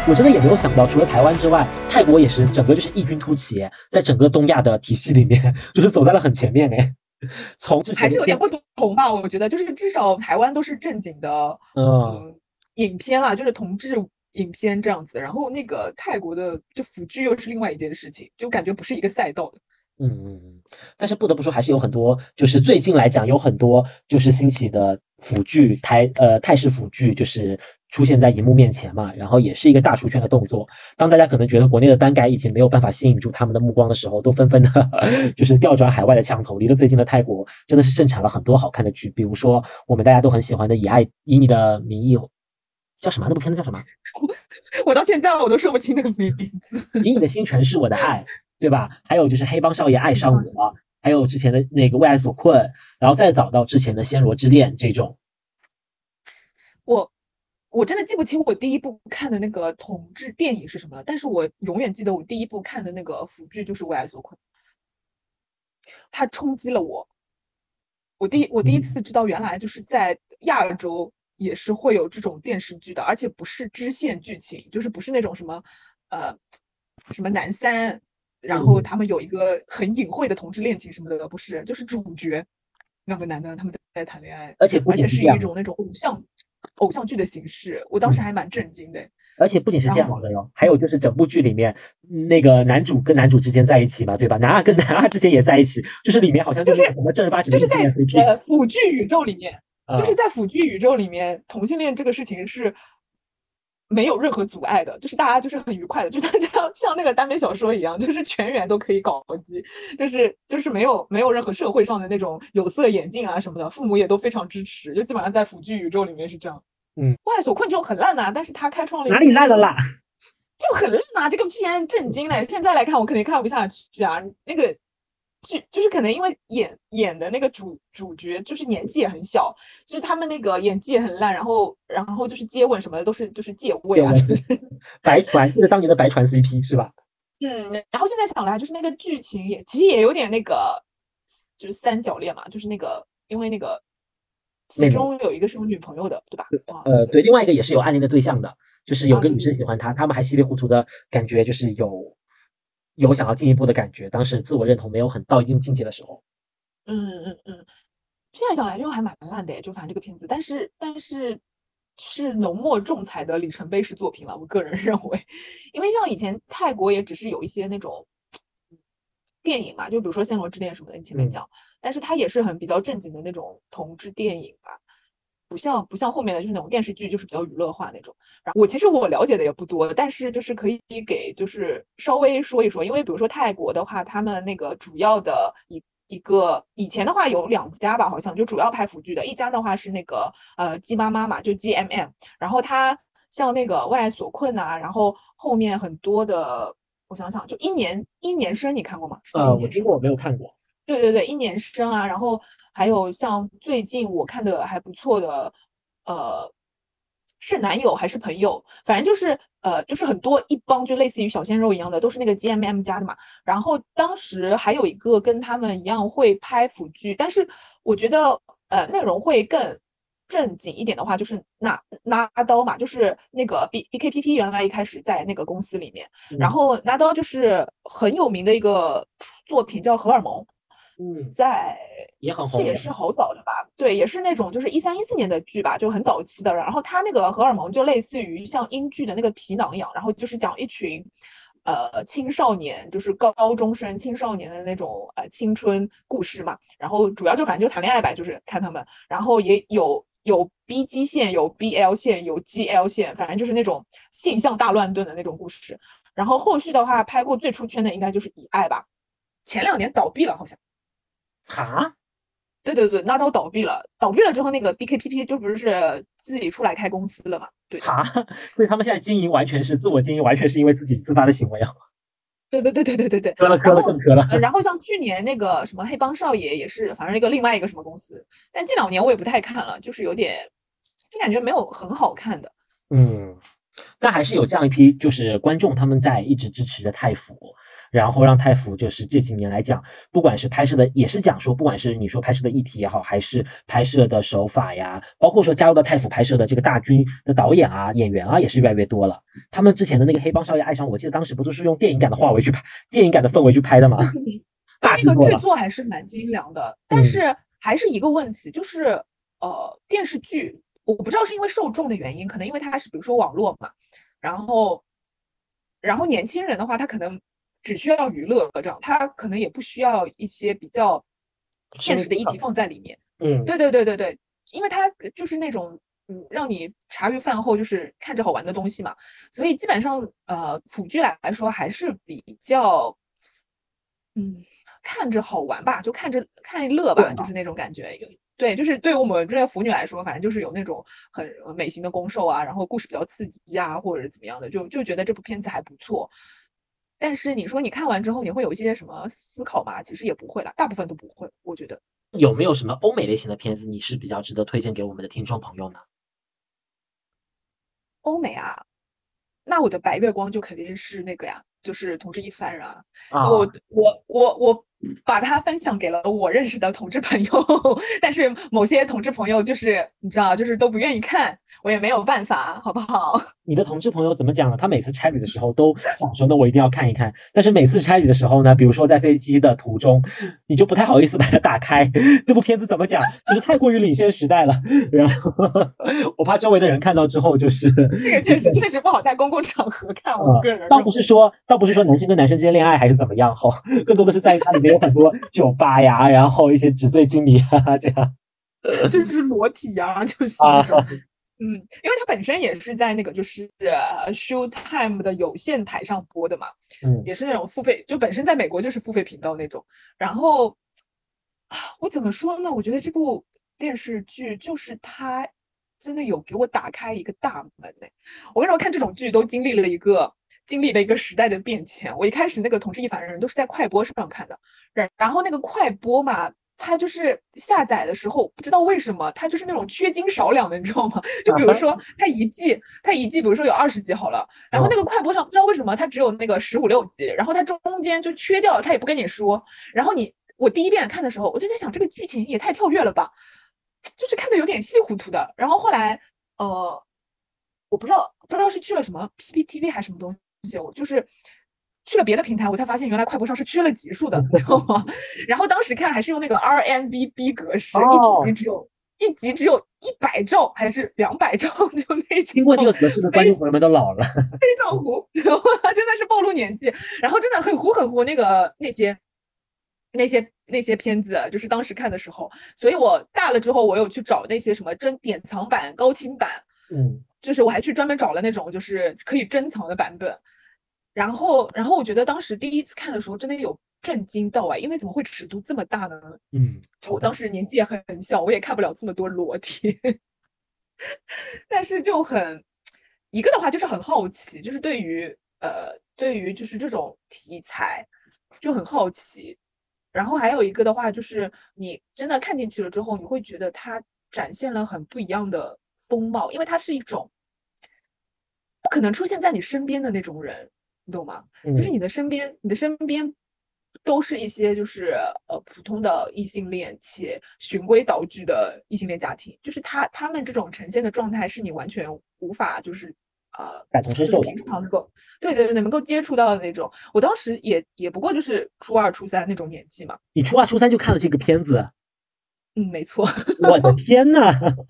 我真的也没有想到，除了台湾之外，泰国也是整个就是异军突起，在整个东亚的体系里面，就是走在了很前面哎。从之前还是有点不同吧，我觉得就是至少台湾都是正经的，影片啦，就是同志影片这样子。然后那个泰国的就腐剧又是另外一件事情，就感觉不是一个赛道的。 但是不得不说，还是有很多，就是最近来讲，有很多就是兴起的腐剧，泰式腐剧，就是出现在荧幕面前嘛，然后也是一个大出圈的动作。当大家可能觉得国内的单改已经没有办法吸引住他们的目光的时候，都纷纷的就是调转海外的枪头。离得最近的泰国真的是盛产了很多好看的剧，比如说我们大家都很喜欢的以你的名义叫什么？那部片子叫什么？ 我到现在我都说不清那个名字。 以你的心全是我的爱。对吧？还有就是黑帮少爷爱上我，还有之前的那个为爱所困，然后再早到之前的暹罗之恋这种。 我真的记不清我第一部看的那个同志电影是什么了，但是我永远记得我第一部看的那个腐剧就是为爱所困，它冲击了我。我第一次知道原来就是在亚洲也是会有这种电视剧的，而且不是支线剧情，就是不是那种什么什么男三。然后他们有一个很隐晦的同志恋情什么的，不是，就是主角两个男的他们在谈恋爱， 而且是一种那种偶像剧的形式，我当时还蛮震惊的。 而且不仅是这样的哟，还有就是整部剧里面那个男主跟男主之间在一起嘛，对吧？男二跟男二之间也在一起，就是里面好像就是什么正儿八经的就是在腐剧宇宙里面，就是在腐剧宇宙里面，同性恋这个事情是没有任何阻碍的，就是大家就是很愉快的，就大家像那个耽美小说一样，就是全员都可以搞基，就是没有任何社会上的那种有色眼镜啊什么的，父母也都非常支持，就基本上在腐剧宇宙里面是这样。为爱所困就很烂呐，但是他开创了哪里烂了啦？ 就很烂啊！这个片震惊嘞，现在来看我肯定看不下去啊。那个剧就是可能因为演的那个主角就是年纪也很小，就是他们那个演技也很烂，然后就是接吻什么的都是就是借位啊，就是白船，就是当年的白船 CP 是吧？ 然后现在想来就是那个剧情其实也有点那个就是三角恋嘛，就是那个因为那个其中有一个是有女朋友的，对吧？ 对，另外一个也是有暗恋的对象的，就是有个女生喜欢他，他们还稀里糊涂的感觉就是有想要进一步的感觉，当时自我认同没有很到一定境界的时候。 现在想来就还蛮烂的，就反正这个片子，但是是浓墨重彩的里程碑式作品了，我个人认为，因为像以前泰国也只是有一些那种电影嘛，就比如说《暹罗之恋》什么的，你前面讲，但是它也是很比较正经的那种同志电影吧。不像后面的就是那种电视剧，就是比较娱乐化那种。然后其实我了解的也不多，但是就是可以给就是稍微说一说，因为比如说泰国的话，他们那个主要的一个以前的话有2家吧，好像就主要拍腐剧的，一家的话是那个鸡妈妈嘛，就 GMM，然后它像那个为爱所困啊，然后后面很多的，我想想，就一年生你看过吗？ 我听过，我没有看过。 对，一年生啊，然后还有像最近我看的还不错的，是男友还是朋友，反正就是很多一帮就类似于小鲜肉一样的，都是那个 GMM 家的嘛。然后当时还有一个跟他们一样会拍腐剧，但是我觉得内容会更正经一点的话，就是拿刀嘛，就是那个 BKPP 原来一开始在那个公司里面，然后拿刀就是很有名的一个作品叫《荷尔蒙》。 也很红， 这也是好早的吧？对，也是那种就是13、14年的剧吧，就很早期的。然后它那个荷尔蒙就类似于像英剧的那个皮囊一样，然后就是讲一群青少年，就是高中生、青少年的那种青春故事嘛。然后主要就反正就谈恋爱吧，就是看他们，然后也有 BG 线，有 BL 线，有 GL 线，反正就是那种性向大乱炖的那种故事。然后后续的话，拍过最出圈的应该就是《以爱》吧，前2年倒闭了好像。 哈？ 对，那都倒闭了。倒闭了之后，那个 BKPP 就不是自己出来开公司了嘛？对。 哈，所以他们现在经营完全是自我经营，完全是因为自己自发的行为啊。 对。 磕了，更磕了。 然后像去年那个什么黑帮少爷也是，反正另外一个什么公司。但这2年我也不太看了，就是有点，就感觉没有很好看的。 但还是有这样一批就是观众，他们在一直支持着泰腐。 然后让太傅就是这几年来讲，不管是拍摄的，也是讲说，不管是你说拍摄的议题也好，还是拍摄的手法呀，包括说加入到太傅拍摄的这个大军的导演啊、演员啊，也是越来越多了。他们之前的那个《黑帮少爷爱上我》，我记得当时不都是用电影感的画围去拍，电影感的氛围去拍的吗？大那个制制作了， 作还是蛮精良的，但是还是一个问题，就是电视剧我不知道是因为受众的原因，可能因为它是比如说网络嘛，然后年轻人的话，他可能只需要娱乐这样，他可能也不需要一些比较现实的议题放在里面。对对对对对，因为它就是那种让你茶余饭后就是看着好玩的东西嘛，所以基本上腐剧来说还是比较看着好玩吧，就看着看乐吧，就是那种感觉。对，就是对于我们这些腐女来说，反正就是有那种很美型的攻受啊，然后故事比较刺激啊，或者怎么样的，就觉得这部片子还不错。但是你说你看完之后，你会有一些什么思考吗？其实也不会啦，大部分都不会，我觉得。 有没有什么欧美类型的片子你是比较值得推荐给我们的听众朋友呢？ 欧美啊，那我的白月光就肯定是那个呀，就是同志一番人啊。我把它分享给了我认识的同志朋友，但是某些同志朋友就是你知道，就是都不愿意看，我也没有办法，好不好？ 你的同志朋友怎么讲呢？他每次差旅的时候都想说，那我一定要看一看。但是每次差旅的时候呢，比如说在飞机的途中，你就不太好意思把它打开。这部片子怎么讲，就是太过于领先时代了。然后我怕周围的人看到之后，就是这个确实不好在公共场合看。我个人倒不是说男生跟男生之间恋爱还是怎么样哈，更多的是在于它里面有很多酒吧呀，然后一些纸醉金迷啊这样。 就是裸体呀，就是这种。因为它本身也是在那个就是Showtime 的有线台上播的嘛，也是那种付费，就本身在美国就是付费频道那种。然后我怎么说呢？我觉得这部电视剧就是它真的有给我打开一个大门嘞。我跟你说，看这种剧都经历了一个时代的变迁。我一开始那个《同志一凡人》都是在快播上看的，然后那个快播嘛。它就是下载的时候，不知道为什么，它就是那种缺斤少两的，你知道吗？就比如说，它一季，比如说有20集好了，然后那个快播上不知道为什么它只有那个15、16集，然后它中间就缺掉了，它也不跟你说。然后我第一遍看的时候，我就在想，这个剧情也太跳跃了吧，就是看的有点稀里糊涂的。然后后来，我不知道是去了什么 PPTV 还是什么东西，我就是去了别的平台，我才发现原来快播上是缺了集数的，你知道吗？然后当时看还是用那个 RMVB 格式，一集只有100兆还是200兆，就那种。 听过这个格式的观众朋友们都老了， 非常糊，真的是暴露年纪。然后真的很糊很糊，那些片子，就是当时看的时候，所以我大了之后，我有去找那些什么典藏版、高清版，就是我还去专门找了那种就是可以珍藏的版本。然后我觉得当时第一次看的时候，真的有震惊到因为怎么会尺度这么大呢？我当时年纪也很小，我也看不了这么多裸体，但是就一个的话就是很好奇，就是对于就是这种题材就很好奇。然后还有一个的话就是你真的看进去了之后，你会觉得它展现了很不一样的风貌，因为它是一种不可能出现在你身边的那种人，你懂吗？就是你的身边都是一些就是普通的异性恋且循规蹈矩的异性恋家庭，就是他们这种呈现的状态是你完全无法就是感同身受的， 平常能够对能够接触到的那种。我当时也不过就是初2、初3那种年纪嘛。 你初2、初3就看了这个片子？ 没错。 我的天呐！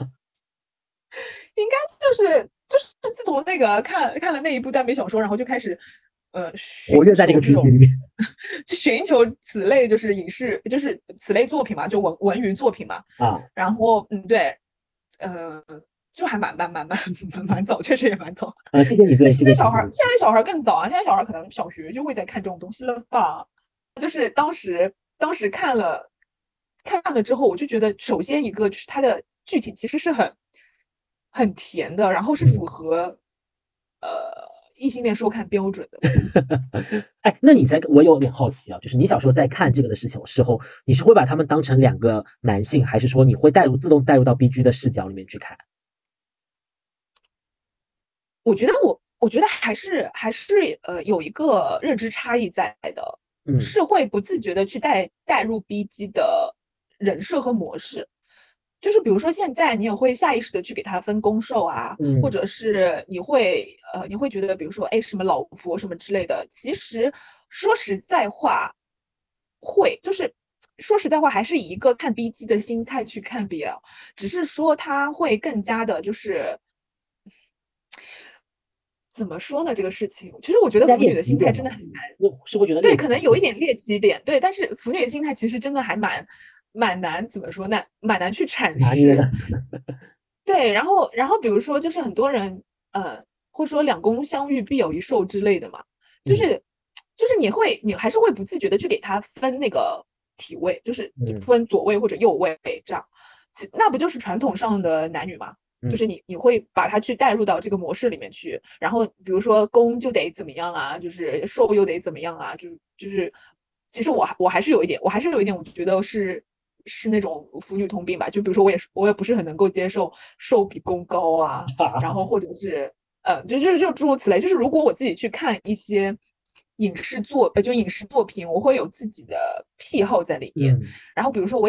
应该就是自从那个看了那一部耽美小说，然后就开始活跃在这个剧情里面， 就寻求此类就是影视就是此类作品嘛，就文娱作品嘛。然后对，就还蛮早，确实也蛮早。 谢谢你对现在小孩更早啊，现在小孩可能小学就会在看这种东西了吧？就是当时看了之后，我就觉得首先一个就是它的剧情其实是很甜的，然后是符合异性恋收看标准的。 哎，那我有点好奇啊，就是你小时候在看这个的时候，你是会把他们当成2个男性，还是说你会自动带入到 BG 的视角里面去看？ 我觉得我觉得还是有一个认知差异在的， 嗯是会不自觉的去带入 B G 的人设和模式。就是比如说现在你也会下意识的去给他分攻受啊，或嗯， 者是你会觉得比如说哎什么老婆什么之类的，其实说实在话，就是说实在话还是以一个看 B G 的心态去看 BL，只是说他会更加的就是怎么说呢？这个事情，其实我觉得腐应该猎女的心态奇一点嘛， 真的很难， 是会觉得对， 猎奇。 可能有一点猎奇一点，对，但是腐女的心态其实真的还蛮难，怎么说呢？蛮难去阐释。 拿捏的。 对，然后比如说，就是很多人会说两公相遇必有一受之类的嘛，就嗯是你还是会不自觉的去给他分那个体位，就是嗯分左位或者右位这样，那不就是传统上的男女嘛？就嗯是你会把他去带入到这个模式里面去，然后比如说攻就得怎么样啊，就是受又得怎么样啊，就是其实我还是有一点，我觉得是那种腐女通病吧。就比如说我也不是很能够接受受比攻高啊，然后或者是就诸如此类。就是如果我自己去看一些影视作品，我会有自己的癖好在里面。 嗯， 然后比如说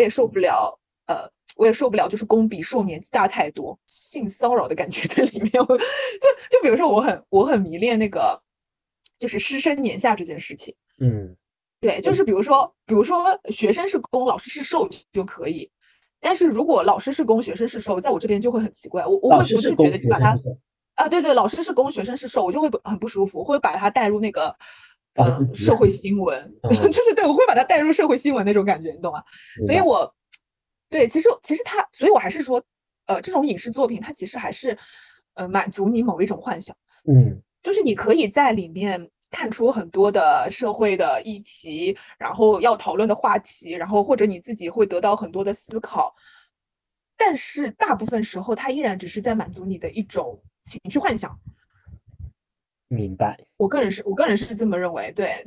我也受不了，就是攻比受年纪大太多，性骚扰的感觉在里面。就比如说我很迷恋那个就是师生年下这件事情。 嗯， 对，就是比如说学生是攻，老师是受就可以。但是如果老师是攻，学生是受，在我这边就会很奇怪，我老会不自觉师是攻， 的去把他学生是受。 对对，老师是攻，学生是受，我就会很不舒服，我会把他带入那个房思琪。 社会新闻， 嗯就是对我会把他带入社会新闻那种感觉，你懂吗？ 明白。 所以对，其实所以我还是说，这种影视作品它其实还是满足你某一种幻想。 嗯就是你可以在里面看出很多的社会的议题，然后要讨论的话题，然后或者你自己会得到很多的思考，但是大部分时候它依然只是在满足你的一种情绪幻想。 明白。 我个人是这么认为，对，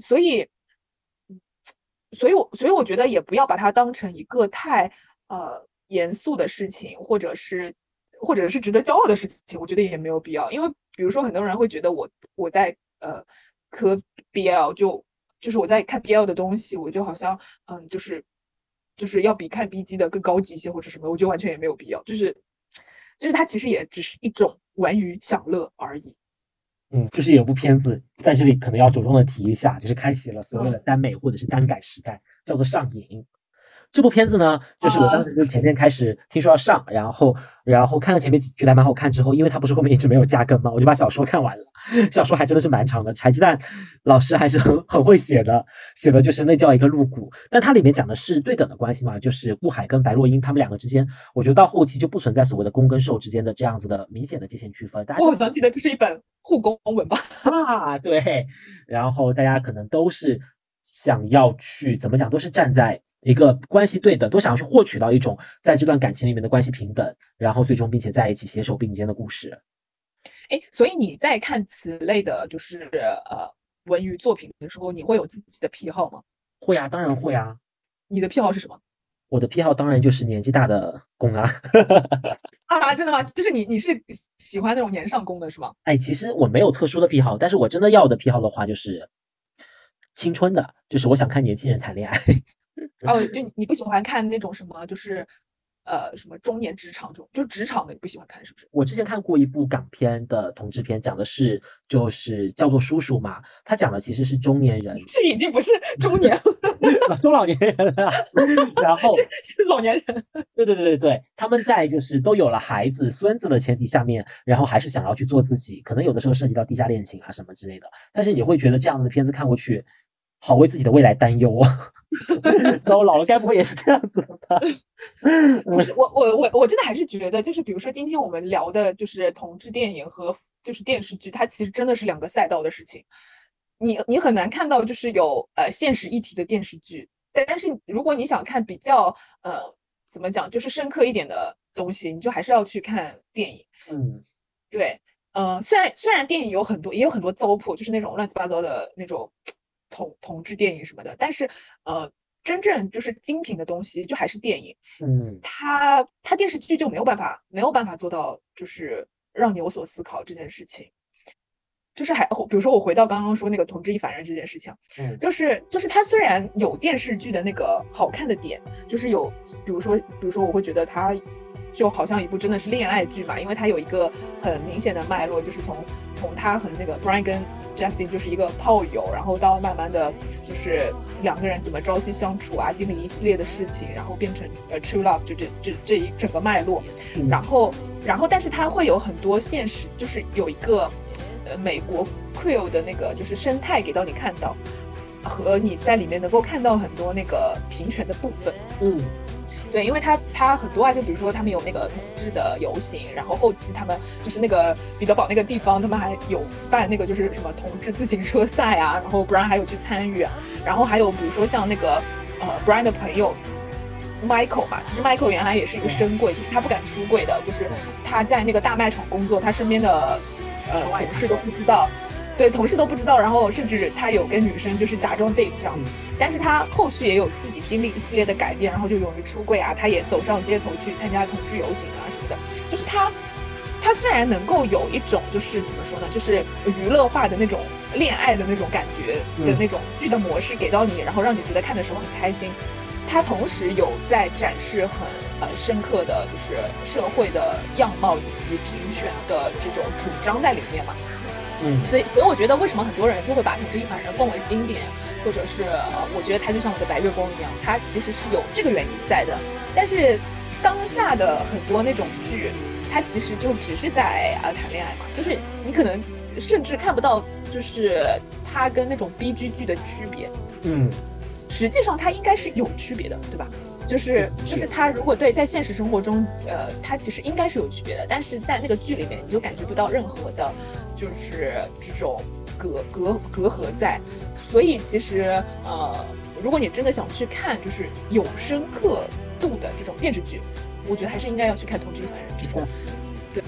所以我觉得也不要把它当成一个太严肃的事情，或者是值得骄傲的事情，我觉得也没有必要。因为比如说很多人会觉得我在磕 BL 就是我在看 BL 的东西，我就好像就是要比看 BG 的更高级一些或者什么，我觉得完全也没有必要。就是它其实也只是一种玩娱享乐而已。 嗯，就是有部片子在这里可能要着重的提一下，就是开启了所谓的嗯耽美或者是耽改时代，叫做《上瘾》。这部片子呢，就是我当时就前面开始听说要上，然后看了前面几觉得还蛮好看之后，因为它不是后面一直没有加更嘛，我就把小说看完了。小说还真的是蛮长的，柴鸡蛋老师还是很会写的，写的就是那叫一个露骨。但它里面讲的是对等的关系嘛，就是顾海跟白若英他们两个之间，我觉得到后期就不存在所谓的攻跟受之间的这样子的明显的界限区分，大家就我好像记得这是一本护工文吧？ 啊，对，然后大家可能都是想要去怎么讲，都是站在一个关系对等，都想要去获取到一种在这段感情里面的关系平等，然后最终并且在一起携手并肩的故事。 哎，所以你在看此类的，就是文娱作品的时候，你会有自己的癖好吗？ 会啊，当然会啊， 你的癖好是什么？ 我的癖好当然就是年纪大的公啊。 啊，真的吗？就是你是喜欢那种年上攻的是吗？ 哎，其实我没有特殊的癖好，但是我真的要的癖好的话就是青春的，就是我想看年轻人谈恋爱。 哦，就你不喜欢看那种什么，就是什么中年职场这种，就是职场的你不喜欢看是不是？ 我之前看过一部港片的同志片，讲的是就是叫做叔叔嘛，他讲的其实是中年人， 这已经不是中年了， 中老年人了。然后是老年人。 对对对对对，他们在就是都有了孩子、孙子的前提下面，然后还是想要去做自己，可能有的时候涉及到地下恋情啊什么之类的，但是你会觉得这样子的片子看过去，好为自己的未来担忧哦。那我老了该不会也是这样子的吧？ 不是我真的还是觉得，就是比如说今天我们聊的就是同志电影和就是电视剧，它其实真的是两个赛道的事情。你很难看到就是有现实议题的电视剧，但是如果你想看比较怎么讲，就是深刻一点的东西，你就还是要去看电影。 嗯对，虽然电影有很多也有很多糟粕，就是那种乱七八糟的那种同志电影什么的，但是真正就是精品的东西就还是电影。 嗯它电视剧就没有办法做到，就是让你有所思考这件事情。 就是比如说我回到刚刚说那个同志亦凡人这件事情，就是它虽然有电视剧的那个好看的点，就是有比如说我会觉得它就好像一部真的是恋爱剧嘛，因为它有一个很明显的脉络，就是从他和那个 Brian 跟 Justin 就是一个炮友，然后到慢慢的就是两个人怎么朝夕相处啊，经历一系列的事情，然后变成true love， 就这一整个脉络，然后但是它会有很多现实，就是有一个美国 Creole 的那个就是生态给到你看到，和你在里面能够看到很多那个平权的部分。对，因为他很多啊，就比如说他们有那个同志的游行，然后后期他们就是那个彼得堡那个地方，他们还有办那个就是什么同志自行车赛啊，然后 Brian 还有去参与，然后还有比如说像那个Brian 的朋友 Michael 嘛，其实 Michael 原来也是一个深柜，就是他不敢出柜的，就是他在那个大卖场工作，他身边的同事都不知道。对，同事都不知道，然后甚至他有跟女生就是假装 date 这样子，但是他后续也有自己经历一系列的改变，然后就勇于出柜啊，他也走上街头去参加同志游行啊什么的，就是他虽然能够有一种就是怎么说呢，就是娱乐化的那种恋爱的那种感觉的那种剧的模式给到你，然后让你觉得看的时候很开心，他同时有在展示很深刻的就是社会的样貌以及平权的这种主张在里面嘛。所以我觉得为什么很多人就会把同志亦凡人奉为经典，或者是我觉得它就像我的白月光一样，它其实是有这个原因在的。但是当下的很多那种剧，它其实就只是在谈恋爱嘛，就是你可能甚至看不到就是它跟那种 BG 剧的区别。实际上它应该是有区别的，对吧？就是他如果对在现实生活中，他其实应该是有区别的，但是在那个剧里面你就感觉不到任何的，就是这种隔阂在。所以其实如果你真的想去看就是有深刻度的这种电视剧，我觉得还是应该要去看《同志亦凡人》这种。对。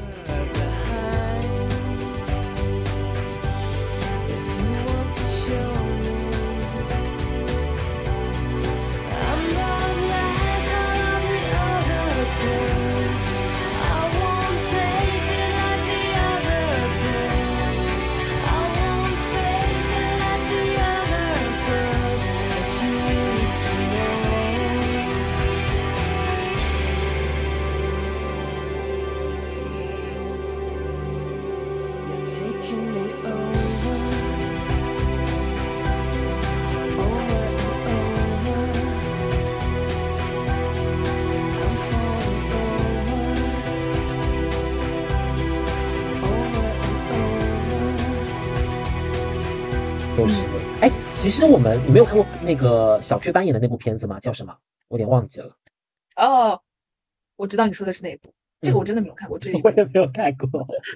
其实你没有看过那个小雀斑演的那部片子吗？叫什么？我有点忘记了。 哦，我知道你说的是哪一部，这个我真的没有看过。这一部我也没有看过。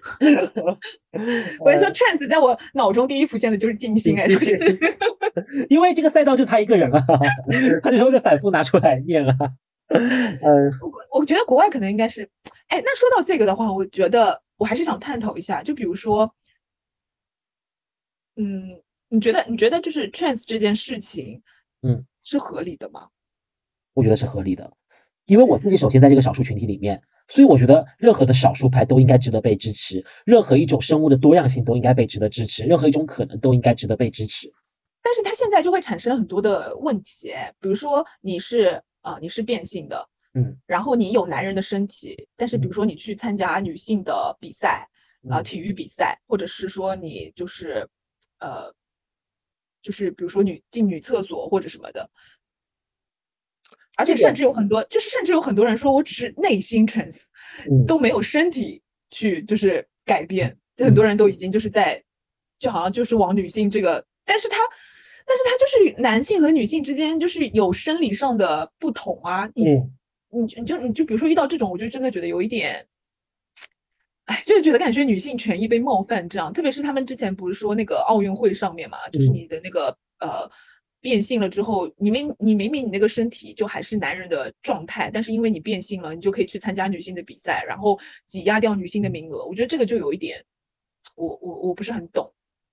我是说 Trance 在我脑中第一浮现的就是金星哎，就是因为这个赛道就他一个人啊，他就会反复拿出来念啊。 我觉得国外可能应该是，那说到这个的话，我觉得我还是想探讨一下，就比如说，你觉得就是 trans 这件事情，是合理的吗？ 我觉得是合理的，因为我自己首先在这个少数群体里面，所以我觉得任何的少数派都应该值得被支持，任何一种生物的多样性都应该被值得支持，任何一种可能都应该值得被支持。 但是它现在就会产生很多的问题，比如说你是变性的，然后你有男人的身体，但是比如说你去参加女性的比赛，体育比赛，或者是说你就是就是比如说进女厕所或者什么的，而且甚至有很多人说我只是内心 trans，都没有身体去就是改变，很多人都已经就是就好像就是往女性这个，但是他就是男性和女性之间就是有生理上的不同啊，你就比如说遇到这种，我就真的觉得有一点。就是觉得感觉女性权益被冒犯这样，特别是他们之前不是说那个奥运会上面嘛，就是你的那个变性了之后，你明明你那个身体就还是男人的状态，但是因为你变性了，你就可以去参加女性的比赛，然后挤压掉女性的名额。我觉得这个就有一点，我不是很懂。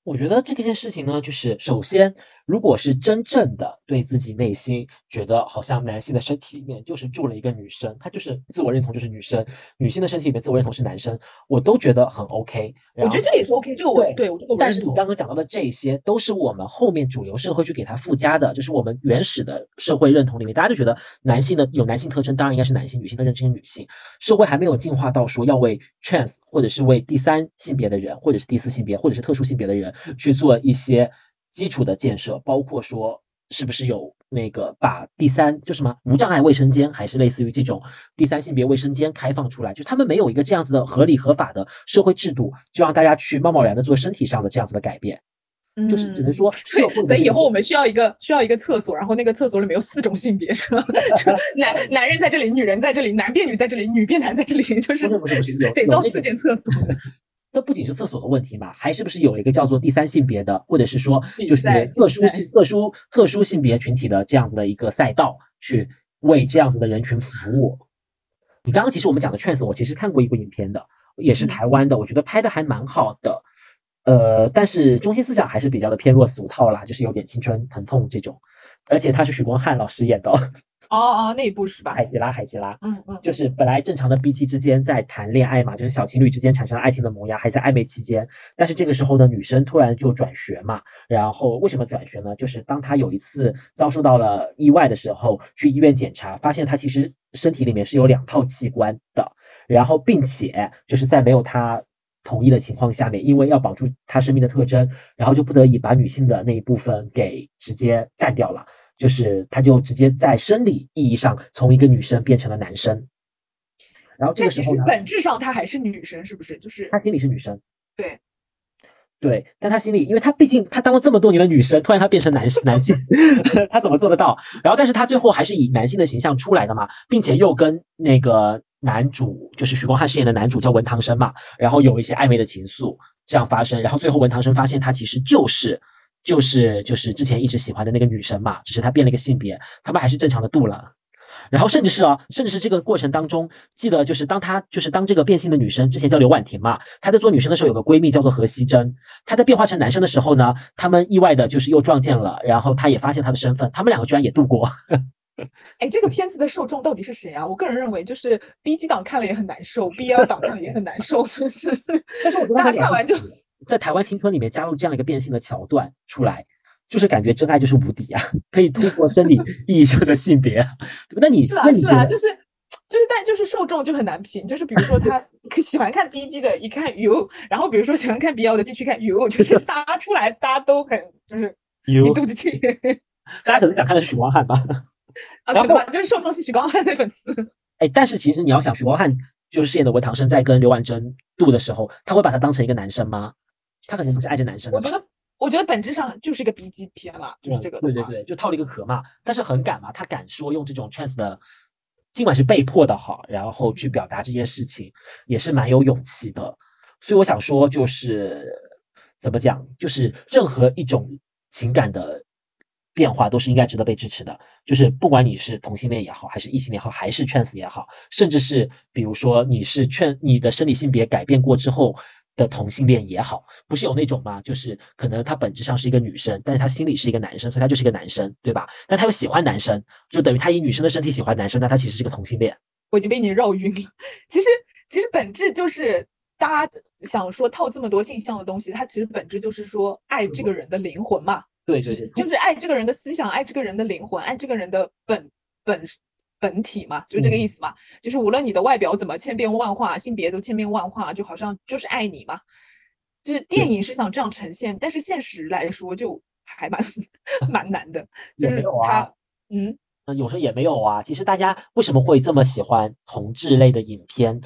我觉得这件事情呢，就是首先，如果是真正的对自己内心觉得好像男性的身体里面就是住了一个女生，她就是自我认同就是女生，女性的身体里面自我认同是男生，我都觉得很 OK。 我觉得这个也是 OK，这个我对， 我这个我但是你认同。 刚刚讲到的这些，都是我们后面主流社会去给它附加的，就是我们原始的社会认同里面，大家就觉得男性的有男性特征，当然应该是男性；女性特征是女性。社会还没有进化到说要为 trans 或者是为第三性别的人，或者是第四性别，或者是特殊性别的人去做一些基础的建设，包括说是不是有那个把第三就什么无障碍卫生间，还是类似于这种第三性别卫生间开放出来，就他们没有一个这样子的合理合法的社会制度，就让大家去贸贸然的做身体上的这样子的改变。就是只能说， 对，所以以后我们需要一个厕所，然后那个厕所里面有4种性别，是吧？男人在这里，女人在这里，男变女在这里，女变男在这里，就是不是得造4间厕所。 这不仅是厕所的问题嘛，还是不是有一个叫做第三性别的，或者是说就是特殊性别群体的这样子的一个赛道，去为这样子的人群服务？你刚刚其实我们讲的 trans， 我其实看过一部影片的，也是台湾的，我觉得拍的还蛮好的。但是中心思想还是比较的偏弱俗套啦，就是有点青春疼痛这种，而且他是许光汉老师演的。 那一部是吧？ 海吉拉，就是本来正常的 BG 之间在谈恋爱嘛，就是小情侣之间产生了爱情的萌芽，还在暧昧期间。但是这个时候呢，女生突然就转学嘛，然后为什么转学呢？就是当她有一次遭受到了意外的时候，去医院检查，发现她其实身体里面是有2套器官的，然后并且就是在没有她同意的情况下面，因为要保住她生命的特征，然后就不得已把女性的那一部分给直接干掉了。就是他就直接在生理意义上从一个女生变成了男生，然后这个时候呢， 本质上她还是女生，是不是？就是他心里是女生， 对， 但他心里，因为他毕竟他当了这么多年的女生，突然他变成男性，他怎么做得到？然后，但是他最后还是以男性的形象出来的嘛，并且又跟那个男主，就是许光汉饰演的男主叫文唐生嘛，然后有一些暧昧的情愫这样发生，然后最后文唐生发现他其实就是之前一直喜欢的那个女生嘛，只是她变了一个性别，他们还是正常的度了。然后甚至是这个过程当中，记得就是当这个变性的女生之前叫刘婉婷嘛，她在做女生的时候有个闺蜜叫做何熙珍，她在变化成男生的时候呢，他们意外的就是又撞见了，然后她也发现她的身份，他们2个居然也度过。 这个片子的受众到底是谁啊？我个人认为就是 BG 党看了也很难受，BL 党看了也很难受，就是。 但是我觉得大家看完就。 在台湾青春里面加入这样一个变性的桥段出来，就是感觉真爱就是无敌啊，可以突破生理意义上的性别。那你是啊，就是但就是受众就很难评，就是比如说他喜欢看 BG 的，一看哟，然后比如说喜欢看 BL 的进去看哟，就是大家出来大家都很就是一肚子气。 大家可能想看的是许光汉吧？ 可能吧，就是受众是许光汉的粉丝。 但是其实你要想，许光汉就是饰演的文唐生在跟刘婉珍度的时候，他会把他当成一个男生吗？他肯定不是爱着男生的。 我觉得本质上就是一个 BG 片啦，就是这个。 对，就套了一个壳嘛。但是很敢嘛，他敢说用这种 trans 的，尽管是被迫的好，然后去表达这件事情，也是蛮有勇气的。所以我想说，就是怎么讲，就是任何一种情感的变化都是应该值得被支持的。就是不管你是同性恋也好，还是异性恋也好，还是 trans 也好，甚至是比如说你的生理性别改变过之后的同性恋也好，不是有那种吗？就是可能他本质上是一个女生，但是他心里是一个男生，所以他就是一个男生，对吧？但他又喜欢男生，就等于他以女生的身体喜欢男生，那他其实是个同性恋。 我已经被你绕晕了。其实本质就是大家想说套这么多性向的东西，它其实本质就是说爱这个人的灵魂嘛。 对， 就是爱这个人的思想，爱这个人的灵魂，爱这个人的本体嘛，就这个意思嘛。就是无论你的外表怎么千变万化，性别都千变万化，就好像就是爱你嘛。就是电影是想这样呈现，但是现实来说就还蛮难的。就是他， 有时候也没有啊。其实大家为什么会这么喜欢同志类的影片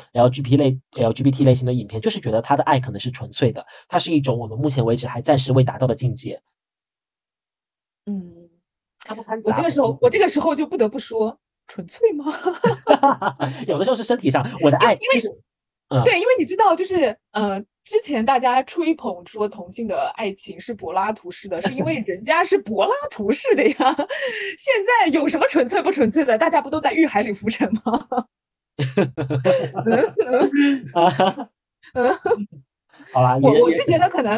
，LGBT 类型的影片，就是觉得他的爱可能是纯粹的，它是一种我们目前为止还暂时未达到的境界。 我这个时候就不得不说，纯粹吗？ 有的时候是身体上，我的爱， 对，因为你知道，就是之前大家吹捧说同性的爱情是柏拉图式的，是因为人家是柏拉图式的呀。现在有什么纯粹不纯粹的？大家不都在欲海里浮沉吗？ 好啦， 我是觉得可能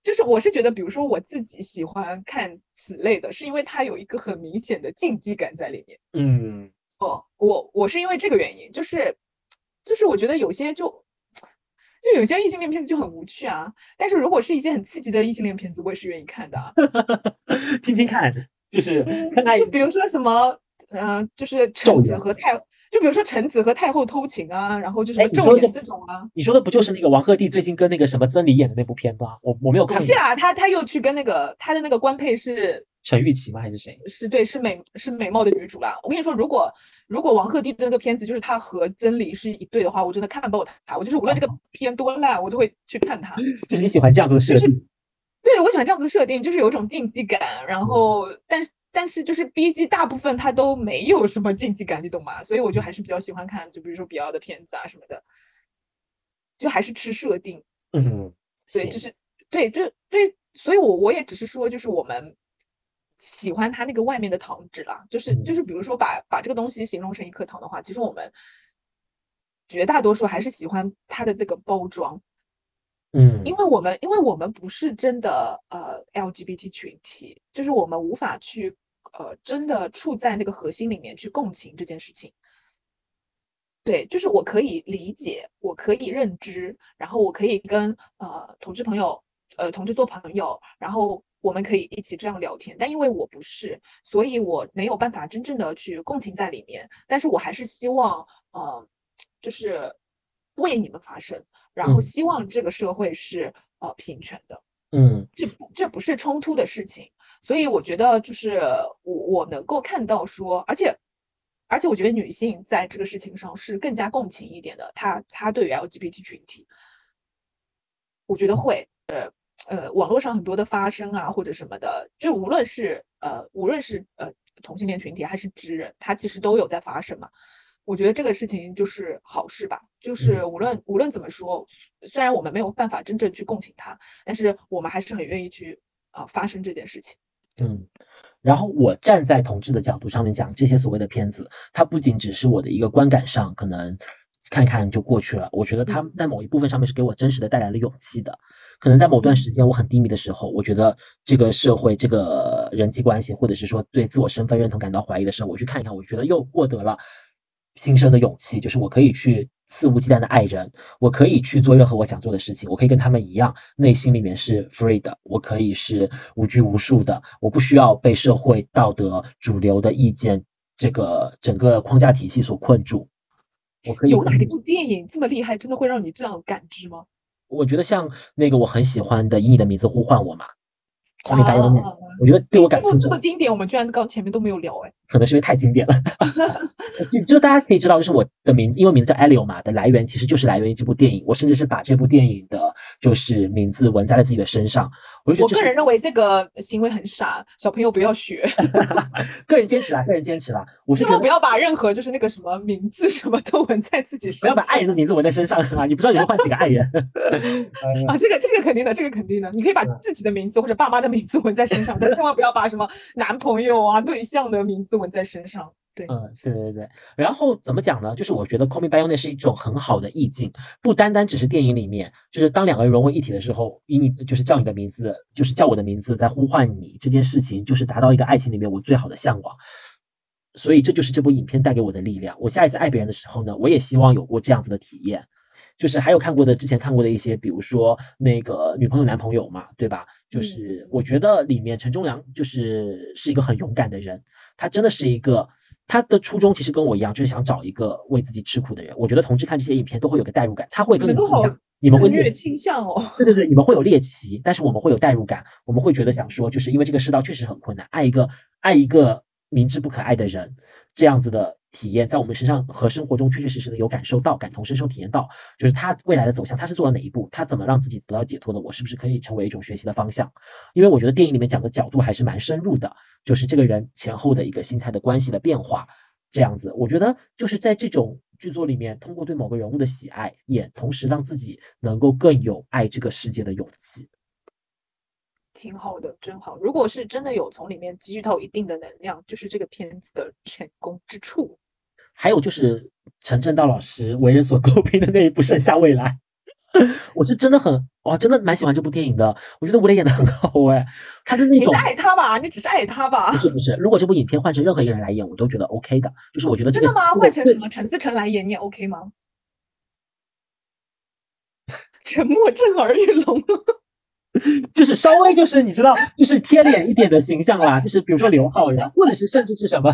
就是我是觉得，比如说我自己喜欢看此类的，是因为它有一个很明显的竞技感在里面。 嗯， 我是因为这个原因，就是我觉得就有些异性恋片子就很无趣啊，但是如果是一些很刺激的异性恋片子，我也是愿意看的啊。 听听看，就是看看就比如说什么，就是咒言。 就比如说臣子和太后偷情啊，然后就什哎， 么昼颜这种啊。 你说的不就是那个王鹤棣最近跟那个什么曾黎演的那部片吗？我没有看过。 不是啊，他又去跟他的那个官配陈钰琪吗？还是谁？ 对，是美貌的女主啦。我跟你说，如果王鹤棣的那个片子就是他和曾黎是一对的话，我真的看爆他。我就是无论这个片多烂，我都会去看他。 就是你喜欢这样子的设定。 对，我喜欢这样子的设定，就是有一种竞技感。然嗯后，但是就是 BG 大部分它都没有什么竞技感，你懂吗？所以我就还是比较喜欢看，就比如说比奥的片子啊什么的，就还是吃设定。 嗯， 对， 行。 对，所以我也只是说，就是我们喜欢它那个外面的糖纸啦，就是比如说把这个东西形容成一颗糖的话，其实我们绝大多数还是喜欢它的那个包装。因嗯为我们不是真的LGBT 群体，就是我们无法去真的处在那个核心里面去共情这件事情。对，就是我可以理解，我可以认知，然后我可以跟同志做朋友，然后我们可以一起这样聊天。但因为我不是，所以我没有办法真正的去共情在里面。但是我还是希望，就是为你们发声，然后嗯希望这个社会是平权的。 嗯这不是冲突的事情。所以我觉得就是我能够看到说，而且我觉得女性在这个事情上是更加共情一点的，她对于 LGBT 群体，我觉得会。网络上很多的发声啊，或者什么的，就无论是同性恋群体还是直人，他其实都有在发声嘛。我觉得这个事情就是好事吧，就是嗯无论怎么说，虽然我们没有办法真正去共情他，但是我们还是很愿意去发生这件事情。对。 嗯。然后我站在同志的角度上面讲，这些所谓的片子，它不仅只是我的一个观感上可能看看就过去了，我觉得它在某一部分上面是给我真实的带来了勇气的。可能在某段时间我很低迷的时候，我觉得这个社会、这个人际关系，或者是说对自我身份认同感到怀疑的时候，我去看一看，我觉得又获得了新生的勇气，就是我可以去肆无忌惮的爱人，我可以去做任何我想做的事情，我可以跟他们一样，内心里面是 free 的，我可以是无拘无束的，我不需要被社会道德主流的意见这个整个框架体系所困住。我可以更， 有哪一部电影这么厉害，真的会让你这样感知吗？ 我觉得像那个我很喜欢的《以你的名字呼唤我》嘛，Call 啊 Me by 啊 Your 啊 Name， 啊！ 我觉得对哎，这部我感触是这么经典，我们居然刚前面都没有聊哎。 可能是因为太经典了。就大家可以知道，就是我的名字，英文名字叫 Elio 嘛的来源，其实就是来源于这部电影。我甚至是把这部电影的，就是名字纹在了自己的身上。我就觉得这是我个人认为这个行为很傻，小朋友不要学。 个人坚持啦，个人坚持啦。我是觉得千万不要把任何就是那个什么名字什么都纹在自己不要身上把爱人的名字纹在身上啊！你不知道你会换几个爱人。 啊！这个肯定的，这个肯定的。你可以把自己的名字或者爸妈的名字纹在身上，但千万不要把什么男朋友啊、对象的名字纹在身上。对。 对对对。然后怎么讲呢？就是我觉得《Call Me by Your Name》是一种很好的意境，不单单只是电影里面，就是当两个人融为一体的时候，以你就是叫你的名字，就是叫我的名字在呼唤你这件事情，就是达到一个爱情里面我最好的向往。所以这就是这部影片带给我的力量。我下一次爱别人的时候呢，我也希望有过这样子的体验。就是还有之前看过的一些，比如说那个女朋友男朋友嘛，对吧？就是我觉得里面陈忠良是一个很勇敢的人，他真的是一个。他的初衷其实跟我一样，就是想找一个为自己吃苦的人。我觉得同志看这些影片都会有个代入感，他会跟你们都好你们不一样，你们会自虐倾向哦。 对对对，你们会有猎奇，但是我们会有代入感，我们会觉得想说，就是因为这个世道确实很困难，爱一个明知不可爱的人，这样子的体验，在我们身上和生活中确确实实的有感受到，感同身受体验到，就是他未来的走向，他是做了哪一步，他怎么让自己得到解脱的，我是不是可以成为一种学习的方向？因为我觉得电影里面讲的角度还是蛮深入的，就是这个人前后的一个心态的关系的变化。这样子，我觉得就是在这种剧作里面，通过对某个人物的喜爱，也同时让自己能够更有爱这个世界的勇气。 挺好的，真好。如果是真的有从里面汲取到一定的能量，就是这个片子的成功之处。 还有就是陈正道老师为人所诟病的那一部《盛夏未来》，我是真的很哦，真的蛮喜欢这部电影的，我觉得吴磊演的很好哎，他的那种你是爱他吧？你只是爱他吧？ 不是，如果这部影片换成任何一个人来演，我都觉得 OK 的，就是我觉得这个真的吗？ 这个对， 换成什么陈思诚来演，你也 OK 吗？沉默震耳欲聋。 就是稍微就是你知道，就是贴脸一点的形象啦，就是比如说刘昊然，或者是甚至是什么，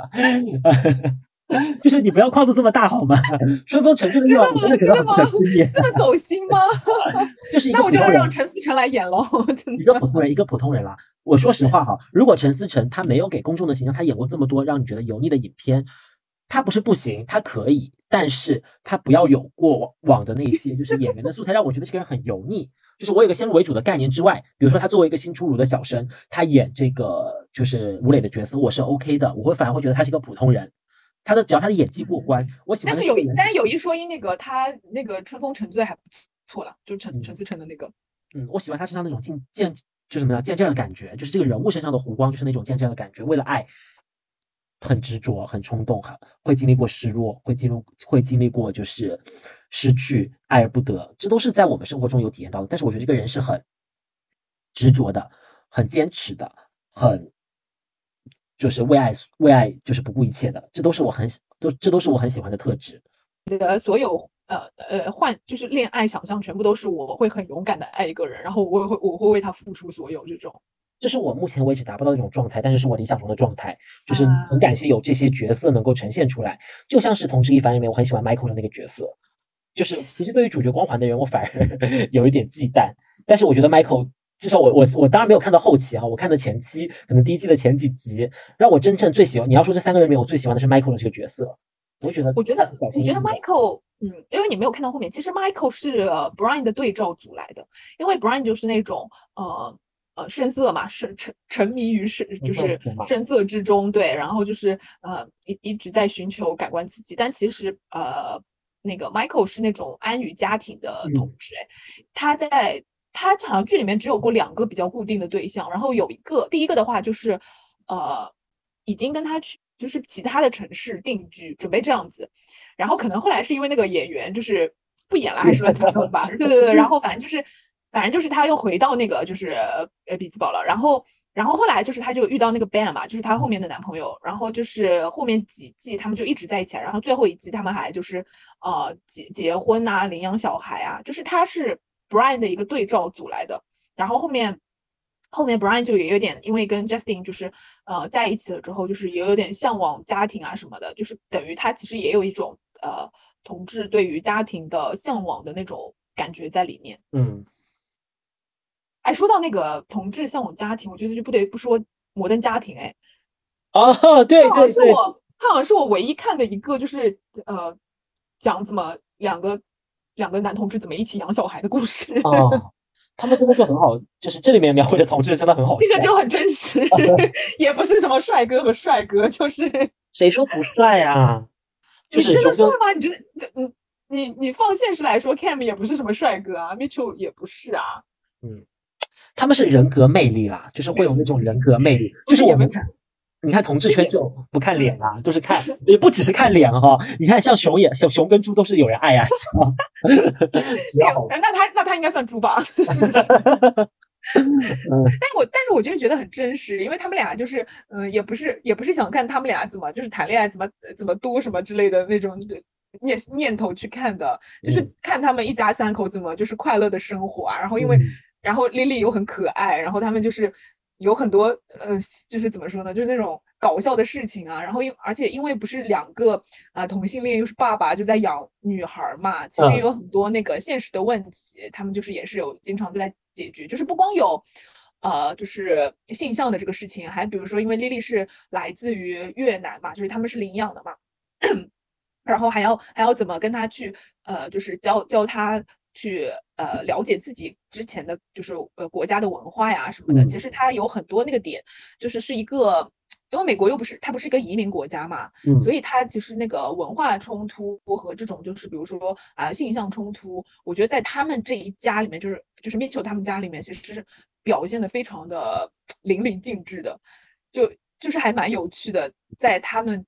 就是你不要框的这么大好吗？顺丰程序的欲望，我真的觉得很真的吗？ 不可思议， 这么走心吗？ 就是一个那我就要普通人， 让陈思诚来演喽，真的。 一个普通人，一个普通人啦。我说实话哈，如果陈思诚他没有给公众的形象，他演过这么多让你觉得油腻的影片，他不是不行，他可以，但是他不要有过往的那些就是演员的素材，让我觉得这个人很油腻。就是我有一个先入为主的概念之外，比如说他作为一个新出炉的小生，他演这个就是吴磊的角色，我是 OK 的，我会反而会觉得他是一个普通人。只要他的演技过关，我喜欢的这个人。 但是有一说一，那个他那个春风沉醉还不错了，就是陈思诚的那个。 我喜欢他身上那种就是什么样渐渐的感觉，就是这个人物身上的弧光，就是那种渐渐的感觉。为了爱，很执着，很冲动，会经历过失落，会经历过就是失去，爱而不得，这都是在我们生活中有体验到的。但是我觉得这个人是很执着的，很坚持的，很就是为爱就是不顾一切的，这都是我很喜欢的特质。 所有就是恋爱想象全部都是我会很勇敢的爱一个人，然后我会为他付出所有这种。 这是我目前为止达不到的一种状态，但是是我理想中的状态，就是很啊， 感谢有这些角色能够呈现出来，就像是《同志一番》里面我很喜欢 Michael 的那个角色，就是其实对于主角光环的人，我反而有一点忌惮，但是我觉得 Michael 至少我当然没有看到后期哈，我看的前期，可能第一季的前几集，让我真正最喜欢。你要说这三个人里面，我最喜欢的是 Michael 的这个角色，我就觉得我觉得他是小我觉得心翼翼的， Michael，因为你没有看到后面，其实 Michael 是Brian 的对照组来的，因为 Brian 就是那种深色嘛，沉迷于就是嘛， 声色之中，对，然后就是一直在寻求感官刺激，但其实那个 Michael 是那种安于家庭的同嗯志，哎，他好像剧里面只有过2个比较固定的对象，然后第一个的话就是已经跟他去就是其他的城市定居，准备这样子。然后可能后来是因为那个演员就是不演了，还是乱七八糟的吧？对对对。然后反正就是他又回到那个就是匹兹堡了。然后后来就是他就遇到那个 Ben 嘛，就是他后面的男朋友。然后就是后面几季他们就一直在一起，然后最后一季他们还就是结婚啊，领养小孩啊，就是他是 Brian 的一个对照组来的。然后后面 Brian 就也有点，因为跟 Justin 就是在一起了之后，就是也有点向往家庭啊什么的，就是等于他其实也有一种同志对于家庭的向往的那种感觉在里面。 嗯， 哎，说到那个同志向往家庭，我觉得就不得不说《摩登家庭》。哎， 哦，对对对， 它好像是我唯一看的一个，就是讲怎么两个男同志怎么一起养小孩的故事。 哦，他们真的就很好，就是这里面描绘的同志真的很好笑。 这个就很真实，也不是什么帅哥和帅哥，就是谁说不帅啊？就你真的是荣哥， 说了吗？你觉得你放现实来说，Cam 也不是什么帅哥啊，Mitchell 也不是啊， 嗯，他们是人格魅力啦，就是会有那种人格魅力。就不是也没是我们看，你看同志圈就不看脸嗯， 啊，就是看，也不只是看脸哈。你看像熊跟猪都是有人爱啊，是吧？只要好， 那他应该算猪吧？是不是？ 嗯但是我就觉得很真实，因为他们俩就是也不是想看他们俩怎么就是谈恋爱怎么多什么之类的那种念头去看的，就是嗯看他们一家三口怎么就是快乐的生活啊。 嗯然后 Lily 又很可爱，然后他们就是有很多就是怎么说呢，就是那种搞笑的事情啊。然后而且因为不是两个同性恋又是爸爸就在养女孩嘛，其实也嗯有很多那个现实的问题，他们就是也是有经常在解决，就是不光有。就是性向的这个事情，还比如说，因为 Lily 是来自于越南嘛，就是他们是领养的嘛，然后还要怎么跟他去就是教他去了解自己之前的就是国家的文化呀什么的。其嗯实他有很多那个点，就是一个。因为美国又不是它不是一个移民国家嘛，所嗯以它其实那个文化冲突和这种就是比如说性向冲突，我觉得在他们这一家里面，就是 Mitchell 他们家里面，其实是表现的非常的淋漓尽致的，就是还蛮有趣的，在他们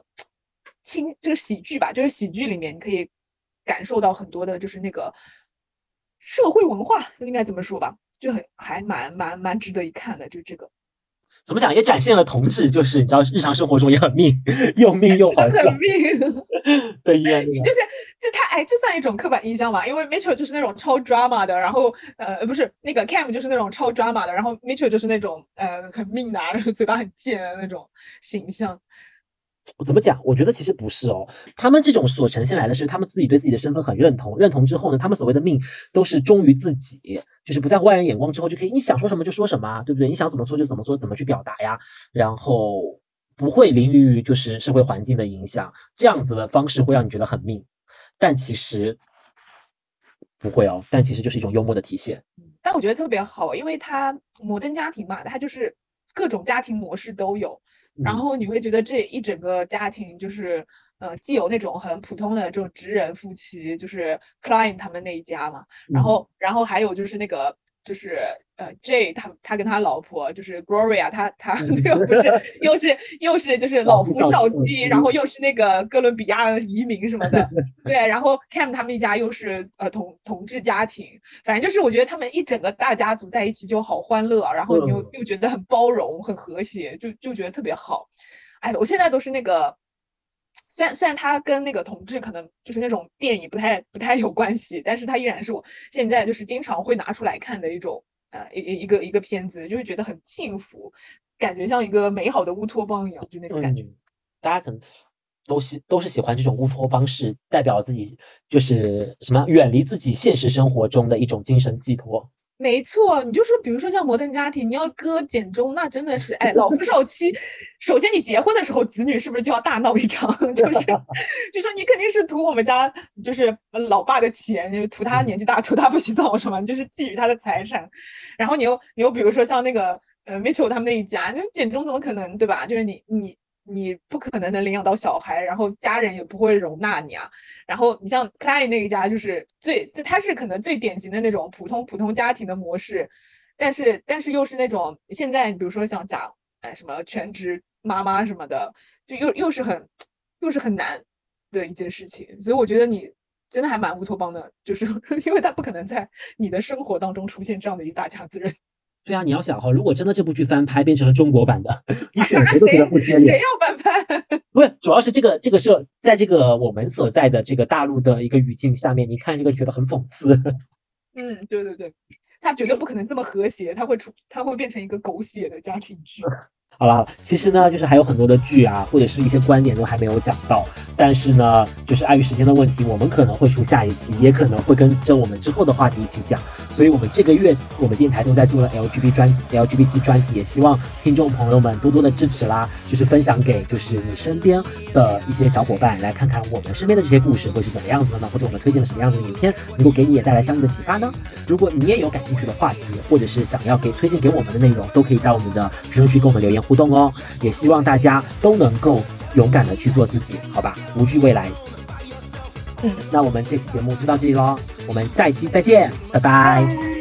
这个喜剧吧，就是喜剧里面，你可以感受到很多的，就是那个社会文化应该怎么说吧，就还蛮值得一看的，就这个。 怎么讲，也展现了同志，就是你知道日常生活中也很命，又命又好笑， 很命。 对，就他这算一种刻板印象嘛？因为 Mitchell 就是那种超 drama 的，然后不是那个 Cam 就是那种超 drama 的，然后 Mitchell 就是那种很命的，然后嘴巴很贱的那种形象。 怎么讲？我觉得其实不是哦，他们这种所呈现来的是他们自己对自己的身份很认同，认同之后呢，他们所谓的命都是忠于自己，就是不在乎外人眼光之后就可以，你想说什么就说什么，对不对？你想怎么说就怎么说，怎么去表达呀？然后不会凌于就是社会环境的影响，这样子的方式会让你觉得很命，但其实不会哦，但其实就是一种幽默的体现。 但我觉得特别好，因为它摩登家庭嘛，它就是各种家庭模式都有。然后你会觉得这一整个家庭就是既有那种很普通的这种直人夫妻，就是 Klein 他们那一家嘛，然后还有就是那个就是Jay 他跟他老婆就是 Gloria 他那个不是又是就是老夫少妻，然后又是那个哥伦比亚移民什么的，对，然后 Cam 他们一家又是同志家庭，反正就是我觉得他们一整个大家族在一起就好欢乐，然后你又觉得很包容很和谐，就觉得特别好。哎，我现在都是那个。虽然他跟那个同志可能就是那种电影不太有关系，但是他依然是我现在就是经常会拿出来看的一种一个片子，就会觉得很幸福，感觉像一个美好的乌托邦一样，就那种感觉。 大家可能都是喜欢这种乌托邦式，代表自己就是什么远离自己现实生活中的一种精神寄托。 没错，你就说，比如说像摩登家庭，你要搁简中，那真的是，哎，老夫少妻。首先，你结婚的时候，子女是不是就要大闹一场？就说你肯定是图我们家就是老爸的钱，图他年纪大，图他不洗澡什么，就是觊觎他的财产。然后你又比如说像那个Mitchell 他们那一家，那简中怎么可能，对吧？就是你不可能领养到小孩，然后家人也不会容纳你啊。然后你像 Klein 那一家，就是他是可能最典型的那种普通家庭的模式，但是又是那种现在比如说像讲什么全职妈妈什么的，就又是很难的一件事情。所以我觉得你真的还蛮乌托邦的，就是因为他不可能在你的生活当中出现这样的一大家子人。 对啊，你要想哈，如果真的这部剧翻拍变成了中国版的，你选谁都觉得不贴脸。 谁要翻拍？ 不是，主要是这个是在这个我们所在的这个大陆的一个语境下面，你看这个觉得很讽刺。 对，他绝对不可能这么和谐，他会变成一个狗血的家庭剧。 好了，其实呢，就是还有很多的剧啊，或者是一些观点都还没有讲到，但是呢，就是碍于时间的问题，我们可能会出下一期，也可能会跟着我们之后的话题一起讲。所以我们这个月我们电台都在做了 LGBT 专题，也希望听众朋友们多多的支持啦，就是分享给就是你身边的一些小伙伴，来看看我们身边的这些故事会是怎么样子的呢？或者我们推荐了什么样子的影片，能够给你也带来相应的启发呢？如果你也有感兴趣的话题，或者是想要推荐给我们的内容，都可以在我们的评论区跟我们留言互动哦。也希望大家都能够勇敢的去做自己，好吧？无惧未来。那我们这期节目就到这里咯，我们下一期再见，拜拜。